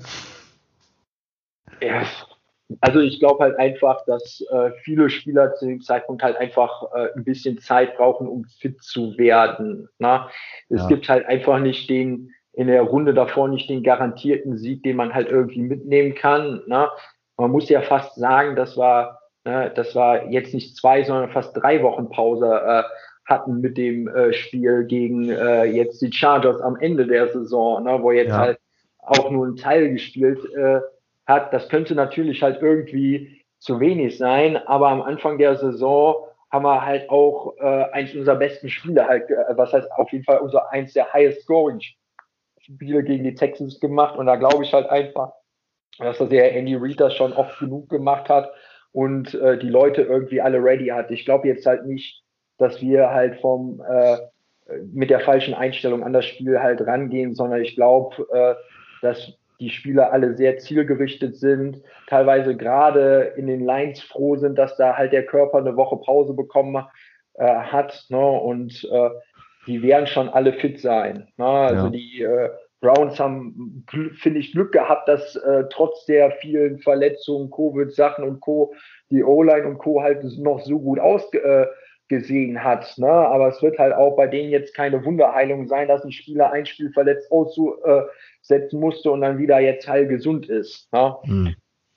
Ja, also ich glaube halt einfach, dass äh, viele Spieler zu dem Zeitpunkt halt einfach äh, ein bisschen Zeit brauchen, um fit zu werden. Ne? Es ja. gibt halt einfach nicht den, in der Runde davor nicht den garantierten Sieg, den man halt irgendwie mitnehmen kann. Ne? Man muss ja fast sagen, das war, ne, das war jetzt nicht zwei, sondern fast drei Wochen Pause äh, hatten mit dem äh, Spiel gegen äh, jetzt die Chargers am Ende der Saison, ne, wo jetzt ja. halt auch nur ein Teil gespielt äh, hat. Das könnte natürlich halt irgendwie zu wenig sein, aber am Anfang der Saison haben wir halt auch äh, eins unserer besten Spiele halt, äh, was heißt auf jeden Fall unser eins der highest scoring Spiele gegen die Texans gemacht und da glaube ich halt einfach, dass das der Andy Reid das schon oft genug gemacht hat und äh, die Leute irgendwie alle ready hat. Ich glaube jetzt halt nicht, dass wir halt vom äh, mit der falschen Einstellung an das Spiel halt rangehen, sondern ich glaube, äh, dass die Spieler alle sehr zielgerichtet sind, teilweise gerade in den Lines froh sind, dass da halt der Körper eine Woche Pause bekommen äh, hat, ne? Und äh, die werden schon alle fit sein. Ne? Also ja. die äh, Browns haben, finde ich, Glück gehabt, dass äh, trotz der vielen Verletzungen, Covid-Sachen und Co. die O-Line und Co. halt noch so gut ausgesehen äh, hat. Ne? Aber es wird halt auch bei denen jetzt keine Wunderheilung sein, dass ein Spieler ein Spiel verletzt aussetzen musste und dann wieder jetzt heil gesund ist. Ne? Hm.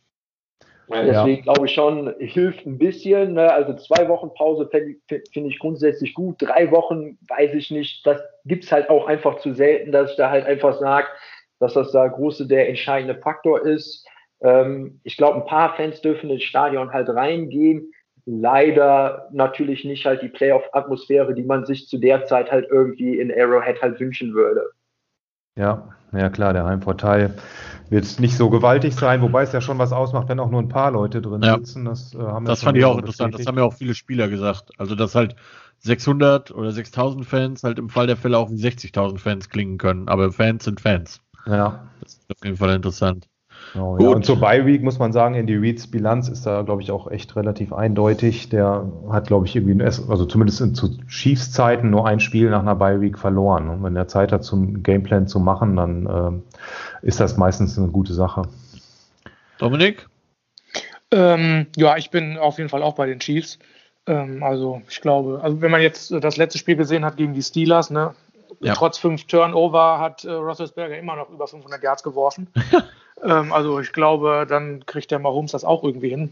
Deswegen ja. glaube ich schon, hilft ein bisschen. Ne? Also zwei Wochen Pause finde find ich grundsätzlich gut. Drei Wochen weiß ich nicht. Das gibt's halt auch einfach zu selten, dass ich da halt einfach sage, dass das da große der entscheidende Faktor ist. Ähm, ich glaube, ein paar Fans dürfen ins Stadion halt reingehen. Leider natürlich nicht halt die Playoff-Atmosphäre, die man sich zu der Zeit halt irgendwie in Arrowhead halt wünschen würde. Ja, ja klar, der Heimvorteil wird nicht so gewaltig sein, wobei es ja schon was ausmacht, wenn auch nur ein paar Leute drin ja. sitzen. Das, äh, haben das fand ich auch interessant, bestätigt. Das haben ja auch viele Spieler gesagt. Also, dass halt sechshundert oder sechstausend Fans halt im Fall der Fälle auch wie sechzigtausend Fans klingen können. Aber Fans sind Fans. Ja. Das ist auf jeden Fall interessant. Oh, ja. Und zur Bye-Week muss man sagen, Andy Reids Bilanz ist da, glaube ich, auch echt relativ eindeutig. Der hat, glaube ich, irgendwie, also zumindest in, zu Chiefs-Zeiten nur ein Spiel nach einer Bye-Week verloren. Und wenn er Zeit hat, zum Gameplan zu machen, dann äh, ist das meistens eine gute Sache. Dominik? Ähm, ja, ich bin auf jeden Fall auch bei den Chiefs. Ähm, also ich glaube, also wenn man jetzt das letzte Spiel gesehen hat gegen die Steelers, ne, ja. trotz fünf Turnover hat äh, Roethlisberger immer noch über fünfhundert Yards geworfen. ähm, also ich glaube, dann kriegt der Mahomes das auch irgendwie hin.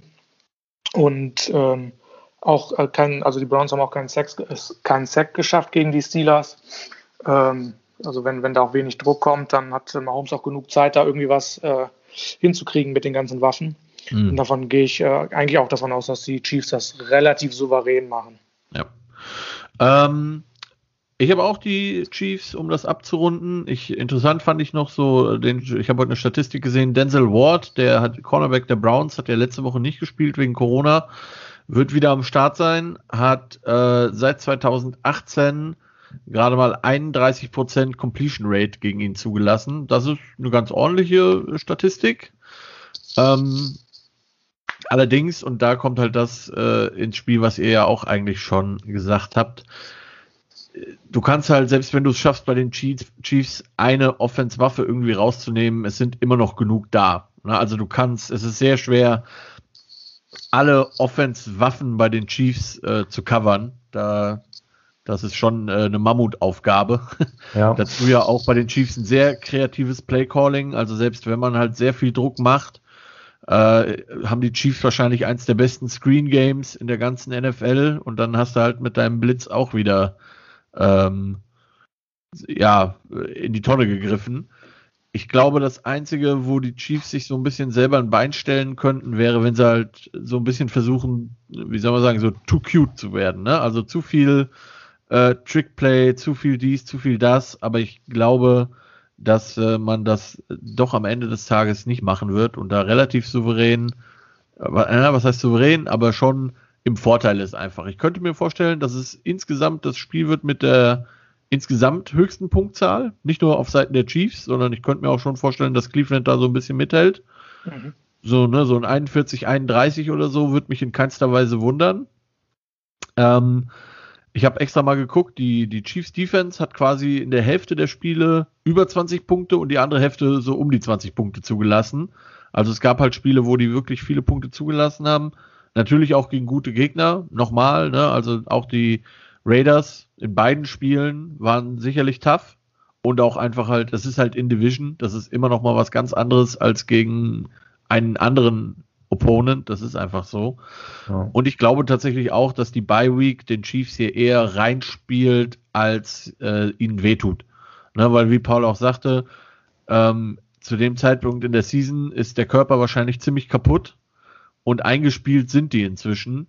Und ähm, auch äh, kein, also die Browns haben auch keinen Sack, keinen Sack geschafft gegen die Steelers. Ähm, also wenn, wenn da auch wenig Druck kommt, dann hat Mahomes auch genug Zeit, da irgendwie was äh, hinzukriegen mit den ganzen Waffen. Mhm. Und davon gehe ich äh, eigentlich auch davon aus, dass die Chiefs das relativ souverän machen. Ja. Ähm, Ich habe auch die Chiefs, um das abzurunden. Ich, interessant fand ich noch so, den, ich habe heute eine Statistik gesehen, Denzel Ward, der hat Cornerback der Browns, hat ja letzte Woche nicht gespielt wegen Corona, wird wieder am Start sein, hat äh, seit zweitausendachtzehn gerade mal einunddreißig Prozent Completion Rate gegen ihn zugelassen. Das ist eine ganz ordentliche Statistik. Ähm, allerdings, und da kommt halt das äh, ins Spiel, was ihr ja auch eigentlich schon gesagt habt, du kannst halt, selbst wenn du es schaffst, bei den Chiefs eine Offense-Waffe irgendwie rauszunehmen, es sind immer noch genug da. Also du kannst, es ist sehr schwer, alle Offense-Waffen bei den Chiefs äh, zu covern. Da, das ist schon äh, eine Mammutaufgabe. Ja. Dazu ja auch bei den Chiefs ein sehr kreatives Play-Calling. Also selbst wenn man halt sehr viel Druck macht, äh, haben die Chiefs wahrscheinlich eins der besten Screen-Games in der ganzen N F L. Und dann hast du halt mit deinem Blitz auch wieder Ähm, ja, in die Tonne gegriffen. Ich glaube, das Einzige, wo die Chiefs sich so ein bisschen selber ein Bein stellen könnten, wäre, wenn sie halt so ein bisschen versuchen, wie soll man sagen, so too cute zu werden, ne? Also zu viel äh, Trickplay, zu viel dies, zu viel das, aber ich glaube, dass äh, man das doch am Ende des Tages nicht machen wird und da relativ souverän, äh, was heißt souverän, aber schon im Vorteil ist einfach. Ich könnte mir vorstellen, dass es insgesamt das Spiel wird mit der insgesamt höchsten Punktzahl, nicht nur auf Seiten der Chiefs, sondern ich könnte mir auch schon vorstellen, dass Cleveland da so ein bisschen mithält. Mhm. So, ne, so ein einundvierzig, einunddreißig oder so würde mich in keinster Weise wundern. Ähm, ich habe extra mal geguckt, die, die Chiefs Defense hat quasi in der Hälfte der Spiele über zwanzig Punkte und die andere Hälfte so um die zwanzig Punkte zugelassen. Also es gab halt Spiele, wo die wirklich viele Punkte zugelassen haben. Natürlich auch gegen gute Gegner, nochmal, ne? Also auch die Raiders in beiden Spielen waren sicherlich tough und auch einfach halt, das ist halt in Division, das ist immer noch mal was ganz anderes als gegen einen anderen Opponent, das ist einfach so. Ja. Und ich glaube tatsächlich auch, dass die Bye Week den Chiefs hier eher reinspielt, als äh, ihnen wehtut. Ne? Weil wie Paul auch sagte, ähm, zu dem Zeitpunkt in der Season ist der Körper wahrscheinlich ziemlich kaputt. Und eingespielt sind die inzwischen.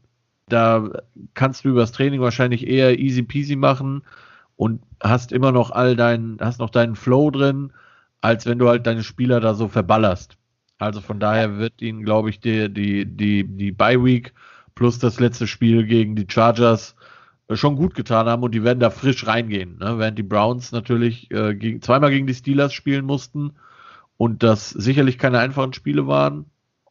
Da kannst du übers Training wahrscheinlich eher easy peasy machen und hast immer noch all deinen, hast noch deinen Flow drin, als wenn du halt deine Spieler da so verballerst. Also von daher wird ihnen, glaube ich, die, die, die, die Bye Week plus das letzte Spiel gegen die Chargers schon gut getan haben und die werden da frisch reingehen, ne? Während die Browns natürlich äh, gegen, zweimal gegen die Steelers spielen mussten und das sicherlich keine einfachen Spiele waren.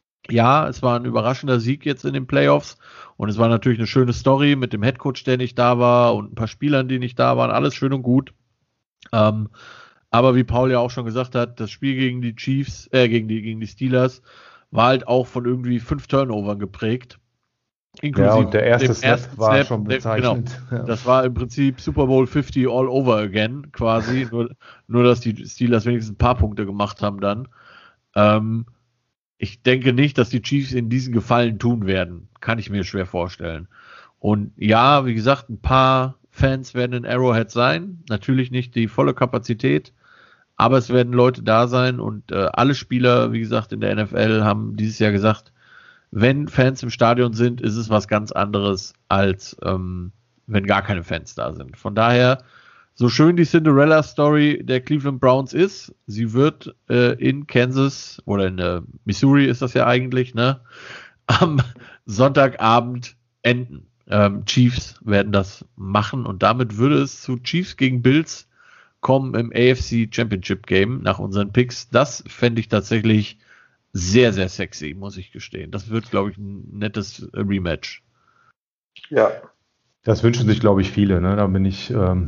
Ja, es war ein überraschender Sieg jetzt in den Playoffs und es war natürlich eine schöne Story mit dem Headcoach, der nicht da war und ein paar Spielern, die nicht da waren, alles schön und gut. Ähm, aber wie Paul ja auch schon gesagt hat, das Spiel gegen die Chiefs, äh, gegen die, gegen die Steelers war halt auch von irgendwie fünf Turnovern geprägt. Inklusive ja, und der erste Snap war Snap, schon bezeichnend. Genau. Das war im Prinzip Super Bowl fünfzig all over again, quasi. nur, nur, dass die Steelers wenigstens ein paar Punkte gemacht haben dann. Ähm, Ich denke nicht, dass die Chiefs in diesen Gefallen tun werden. Kann ich mir schwer vorstellen. Und ja, wie gesagt, ein paar Fans werden in Arrowhead sein. Natürlich nicht die volle Kapazität, aber es werden Leute da sein und äh, alle Spieler, wie gesagt, in der N F L haben dieses Jahr gesagt, wenn Fans im Stadion sind, ist es was ganz anderes, als ähm, wenn gar keine Fans da sind. Von daher, so schön die Cinderella-Story der Cleveland Browns ist, sie wird äh, in Kansas oder in äh, Missouri ist das ja eigentlich, ne, am Sonntagabend enden. Ähm, Chiefs werden das machen und damit würde es zu Chiefs gegen Bills kommen im A F C Championship Game nach unseren Picks. Das fände ich tatsächlich sehr, sehr sexy, muss ich gestehen. Das wird, glaube ich, ein nettes Rematch. Ja. Das wünschen sich, glaube ich, viele. Ne? Da bin ich ähm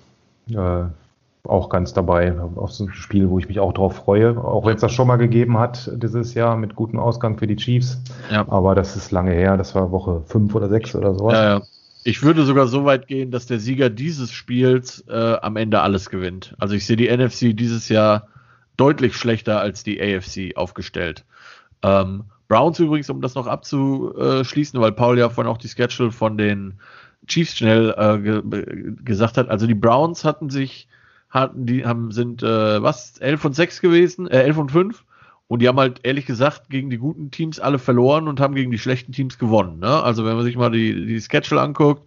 Äh, auch ganz dabei, auf so ein Spiel, wo ich mich auch drauf freue, auch wenn es das schon mal gegeben hat dieses Jahr mit gutem Ausgang für die Chiefs, ja. Aber das ist lange her, das war Woche fünf oder sechs oder so. Ja, ja. Ich würde sogar so weit gehen, dass der Sieger dieses Spiels äh, am Ende alles gewinnt. Also ich sehe die N F C dieses Jahr deutlich schlechter als die A F C aufgestellt. Ähm, Browns übrigens, um das noch abzuschließen, weil Paul ja vorhin auch die Schedule von den Chiefs schnell äh, ge- gesagt hat, also die Browns hatten sich, hatten die, haben, sind, äh, was, elf und sechs gewesen, äh, elf und fünf und die haben halt ehrlich gesagt gegen die guten Teams alle verloren und haben gegen die schlechten Teams gewonnen, ne? Also wenn man sich mal die, die Schedule anguckt,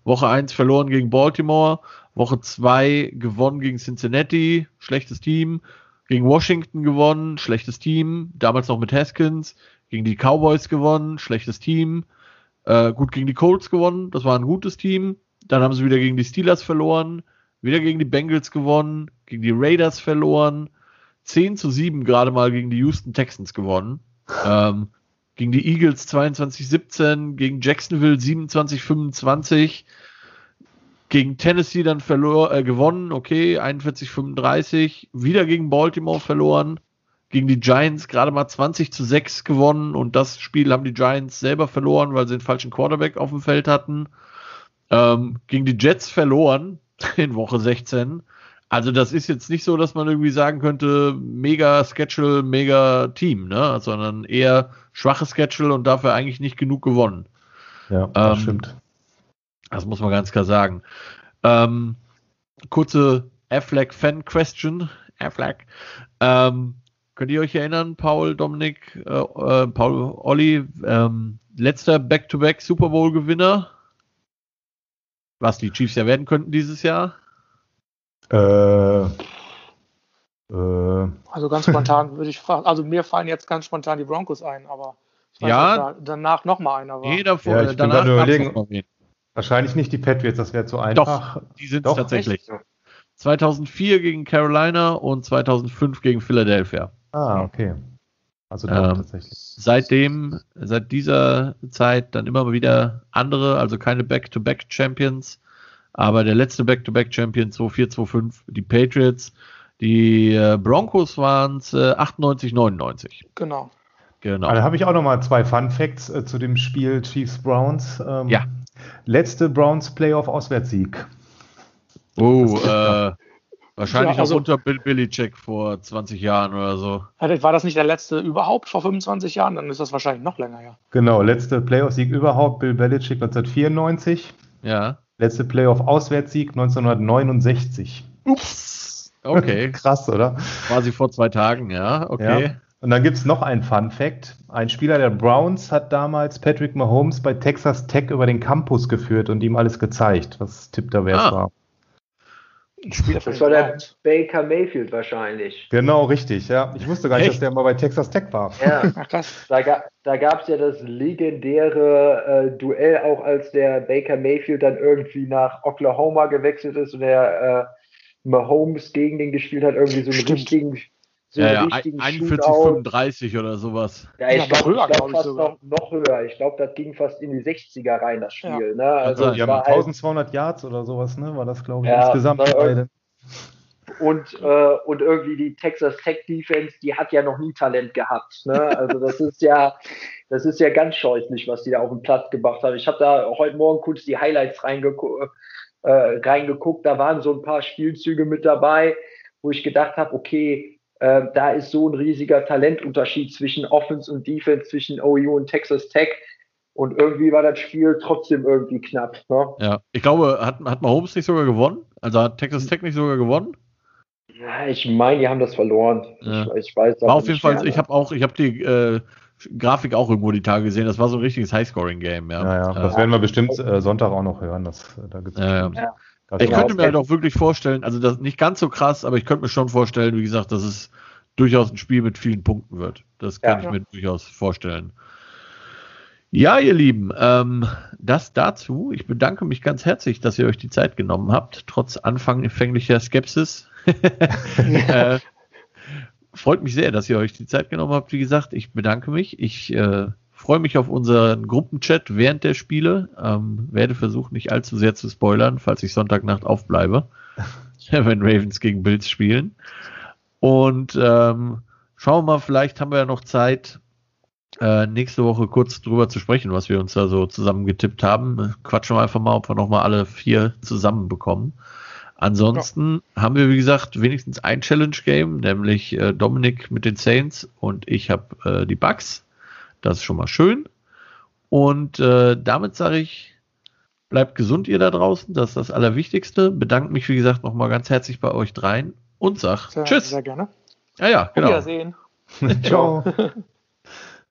Woche eins verloren gegen Baltimore, Woche zwei gewonnen gegen Cincinnati, schlechtes Team, gegen Washington gewonnen, schlechtes Team, damals noch mit Haskins, gegen die Cowboys gewonnen, schlechtes Team, äh, gut gegen die Colts gewonnen, das war ein gutes Team, dann haben sie wieder gegen die Steelers verloren, wieder gegen die Bengals gewonnen, gegen die Raiders verloren, zehn zu sieben gerade mal gegen die Houston Texans gewonnen, ähm, gegen die Eagles zweiundzwanzig siebzehn, gegen Jacksonville siebenundzwanzig fünfundzwanzig, gegen Tennessee dann verlor, äh, gewonnen, okay, einundvierzig fünfunddreißig, wieder gegen Baltimore verloren, gegen die Giants gerade mal zwanzig zu sechs gewonnen und das Spiel haben die Giants selber verloren, weil sie den falschen Quarterback auf dem Feld hatten, ähm, gegen die Jets verloren in Woche sechzehn. Also das ist jetzt nicht so, dass man irgendwie sagen könnte, mega Schedule, mega Team, ne? Sondern eher schwaches Schedule und dafür eigentlich nicht genug gewonnen. Ja, das ähm, stimmt. Das muss man ganz klar sagen. Ähm, kurze Affleck-Fan-Question. Affleck. Ähm, könnt ihr euch erinnern, Paul, Dominik, äh, äh, Paul, Olli, ähm, letzter Back-to-Back Super Bowl-Gewinner? Was die Chiefs ja werden könnten dieses Jahr? Äh, äh, Also ganz spontan würde ich fragen, also mir fallen jetzt ganz spontan die Broncos ein, aber ich weiß Ja. nicht, ob da danach nochmal einer war. Nee, davor, Ja, ich bin danach gerade gab's überlegen. noch mal wen. wahrscheinlich nicht die Patriots, das wäre zu einfach. Doch, die sind Doch, tatsächlich. echt? zweitausendvier gegen Carolina und zweitausendfünf gegen Philadelphia. Ah, okay. Also doch, Ähm, tatsächlich. Seitdem, seit dieser Zeit dann immer wieder andere, also keine Back-to-Back-Champions, aber der letzte Back-to-Back-Champion zweitausendvier, zweitausendfünf, die Patriots, die äh, Broncos waren es äh, achtundneunzig, neunundneunzig. Genau. Genau. Da habe ich auch noch mal zwei Fun Facts äh, zu dem Spiel Chiefs-Browns. Ähm, Ja. Letzte Browns-Playoff-Auswärtssieg. Oh, äh, wahrscheinlich Ja, also- auch unter Bill Belichick vor zwanzig Jahren oder so. War das nicht der letzte überhaupt vor fünfundzwanzig Jahren? Dann ist das wahrscheinlich noch länger, ja. Genau, letzte Playoff-Sieg überhaupt, Bill Belichick neunzehnhundertvierundneunzig. Ja. Letzte Playoff-Auswärtssieg neunzehnhundertneunundsechzig. Ups. Okay. Krass, oder? Quasi vor zwei Tagen, ja. Okay. Ja. Und dann gibt es noch einen Fun Fact. Ein Spieler der Browns hat damals Patrick Mahomes bei Texas Tech über den Campus geführt und ihm alles gezeigt. Was tippt da, wer es Ah. war? Ein Spieler von Das den war der Browns. Baker Mayfield wahrscheinlich. Genau, richtig, ja. Ich wusste gar nicht, Echt? dass der mal bei Texas Tech war. Ja, Ach krass. da, ga, da gab es ja das legendäre äh, Duell, auch als der Baker Mayfield dann irgendwie nach Oklahoma gewechselt ist und der äh, Mahomes gegen den gespielt hat, irgendwie so einen Stimmt. richtigen, so Ja, einen ja, richtigen einundvierzig, Shootout. fünfunddreißig oder sowas. Ja, ich Ja, glaube noch höher, glaub glaub ich fast sogar. noch, noch höher. Ich glaube, das ging fast in die sechziger rein, das Spiel. Ne? sein. Also Die es haben war halt, tausendzweihundert Yards oder sowas, ne? War das, glaube ich, Ja, insgesamt. war beide. und, äh, und irgendwie die Texas Tech Defense, die hat ja noch nie Talent gehabt. Ne? Also das ist ja, das ist ja ganz scheußlich, was die da auf den Platz gebracht haben. Ich habe da heute Morgen kurz die Highlights reingegu äh, reingeguckt. Da waren so ein paar Spielzüge mit dabei, wo ich gedacht habe, okay, äh, da ist so ein riesiger Talentunterschied zwischen Offense und Defense, zwischen O U und Texas Tech. Und irgendwie war das Spiel trotzdem irgendwie knapp. Ne? Ja. Ich glaube, hat, hat Mahomes nicht sogar gewonnen? Also hat Texas Tech nicht sogar gewonnen? Ja, ich meine, die haben das verloren. Ja. Ich, ich weiß War aber auf jeden nicht Fall, mehr, ich ne? habe auch, ich habe die äh, Grafik auch irgendwo die Tage gesehen. Das war so ein richtiges Highscoring-Game, ja. Ja, ja, das Äh, werden wir bestimmt äh, Sonntag auch noch hören. Das, äh, da gibt's Ja, ja. bestimmt Ja. gar Ich keine könnte mir halt Genau. auch wirklich vorstellen, also das nicht ganz so krass, aber ich könnte mir schon vorstellen, wie gesagt, dass es durchaus ein Spiel mit vielen Punkten wird. Das kann Ja. ich mir durchaus vorstellen. Ja, ihr Lieben, ähm, das dazu. Ich bedanke mich ganz herzlich, dass ihr euch die Zeit genommen habt, trotz anfänglicher Skepsis. äh, freut mich sehr, dass ihr euch die Zeit genommen habt. Wie gesagt, ich bedanke mich. Ich äh, freue mich auf unseren Gruppenchat während der Spiele. Ähm, werde versuchen, nicht allzu sehr zu spoilern, falls ich Sonntagnacht aufbleibe, wenn Ravens gegen Bills spielen. Und ähm, schauen wir mal, vielleicht haben wir ja noch Zeit, äh, nächste Woche kurz drüber zu sprechen, was wir uns da so zusammen getippt haben. Quatschen wir einfach mal, ob wir nochmal alle vier zusammenbekommen. Ansonsten ja. haben wir, wie gesagt, wenigstens ein Challenge-Game, nämlich äh, Dominik mit den Saints und ich habe äh, die Bucks. Das ist schon mal schön. Und äh, damit sage ich, bleibt gesund, ihr da draußen. Das ist das Allerwichtigste. Bedanke mich, wie gesagt, nochmal ganz herzlich bei euch dreien und sag Sehr, Tschüss. sehr gerne. Ja, ja, Auf genau. Wiedersehen. Ciao.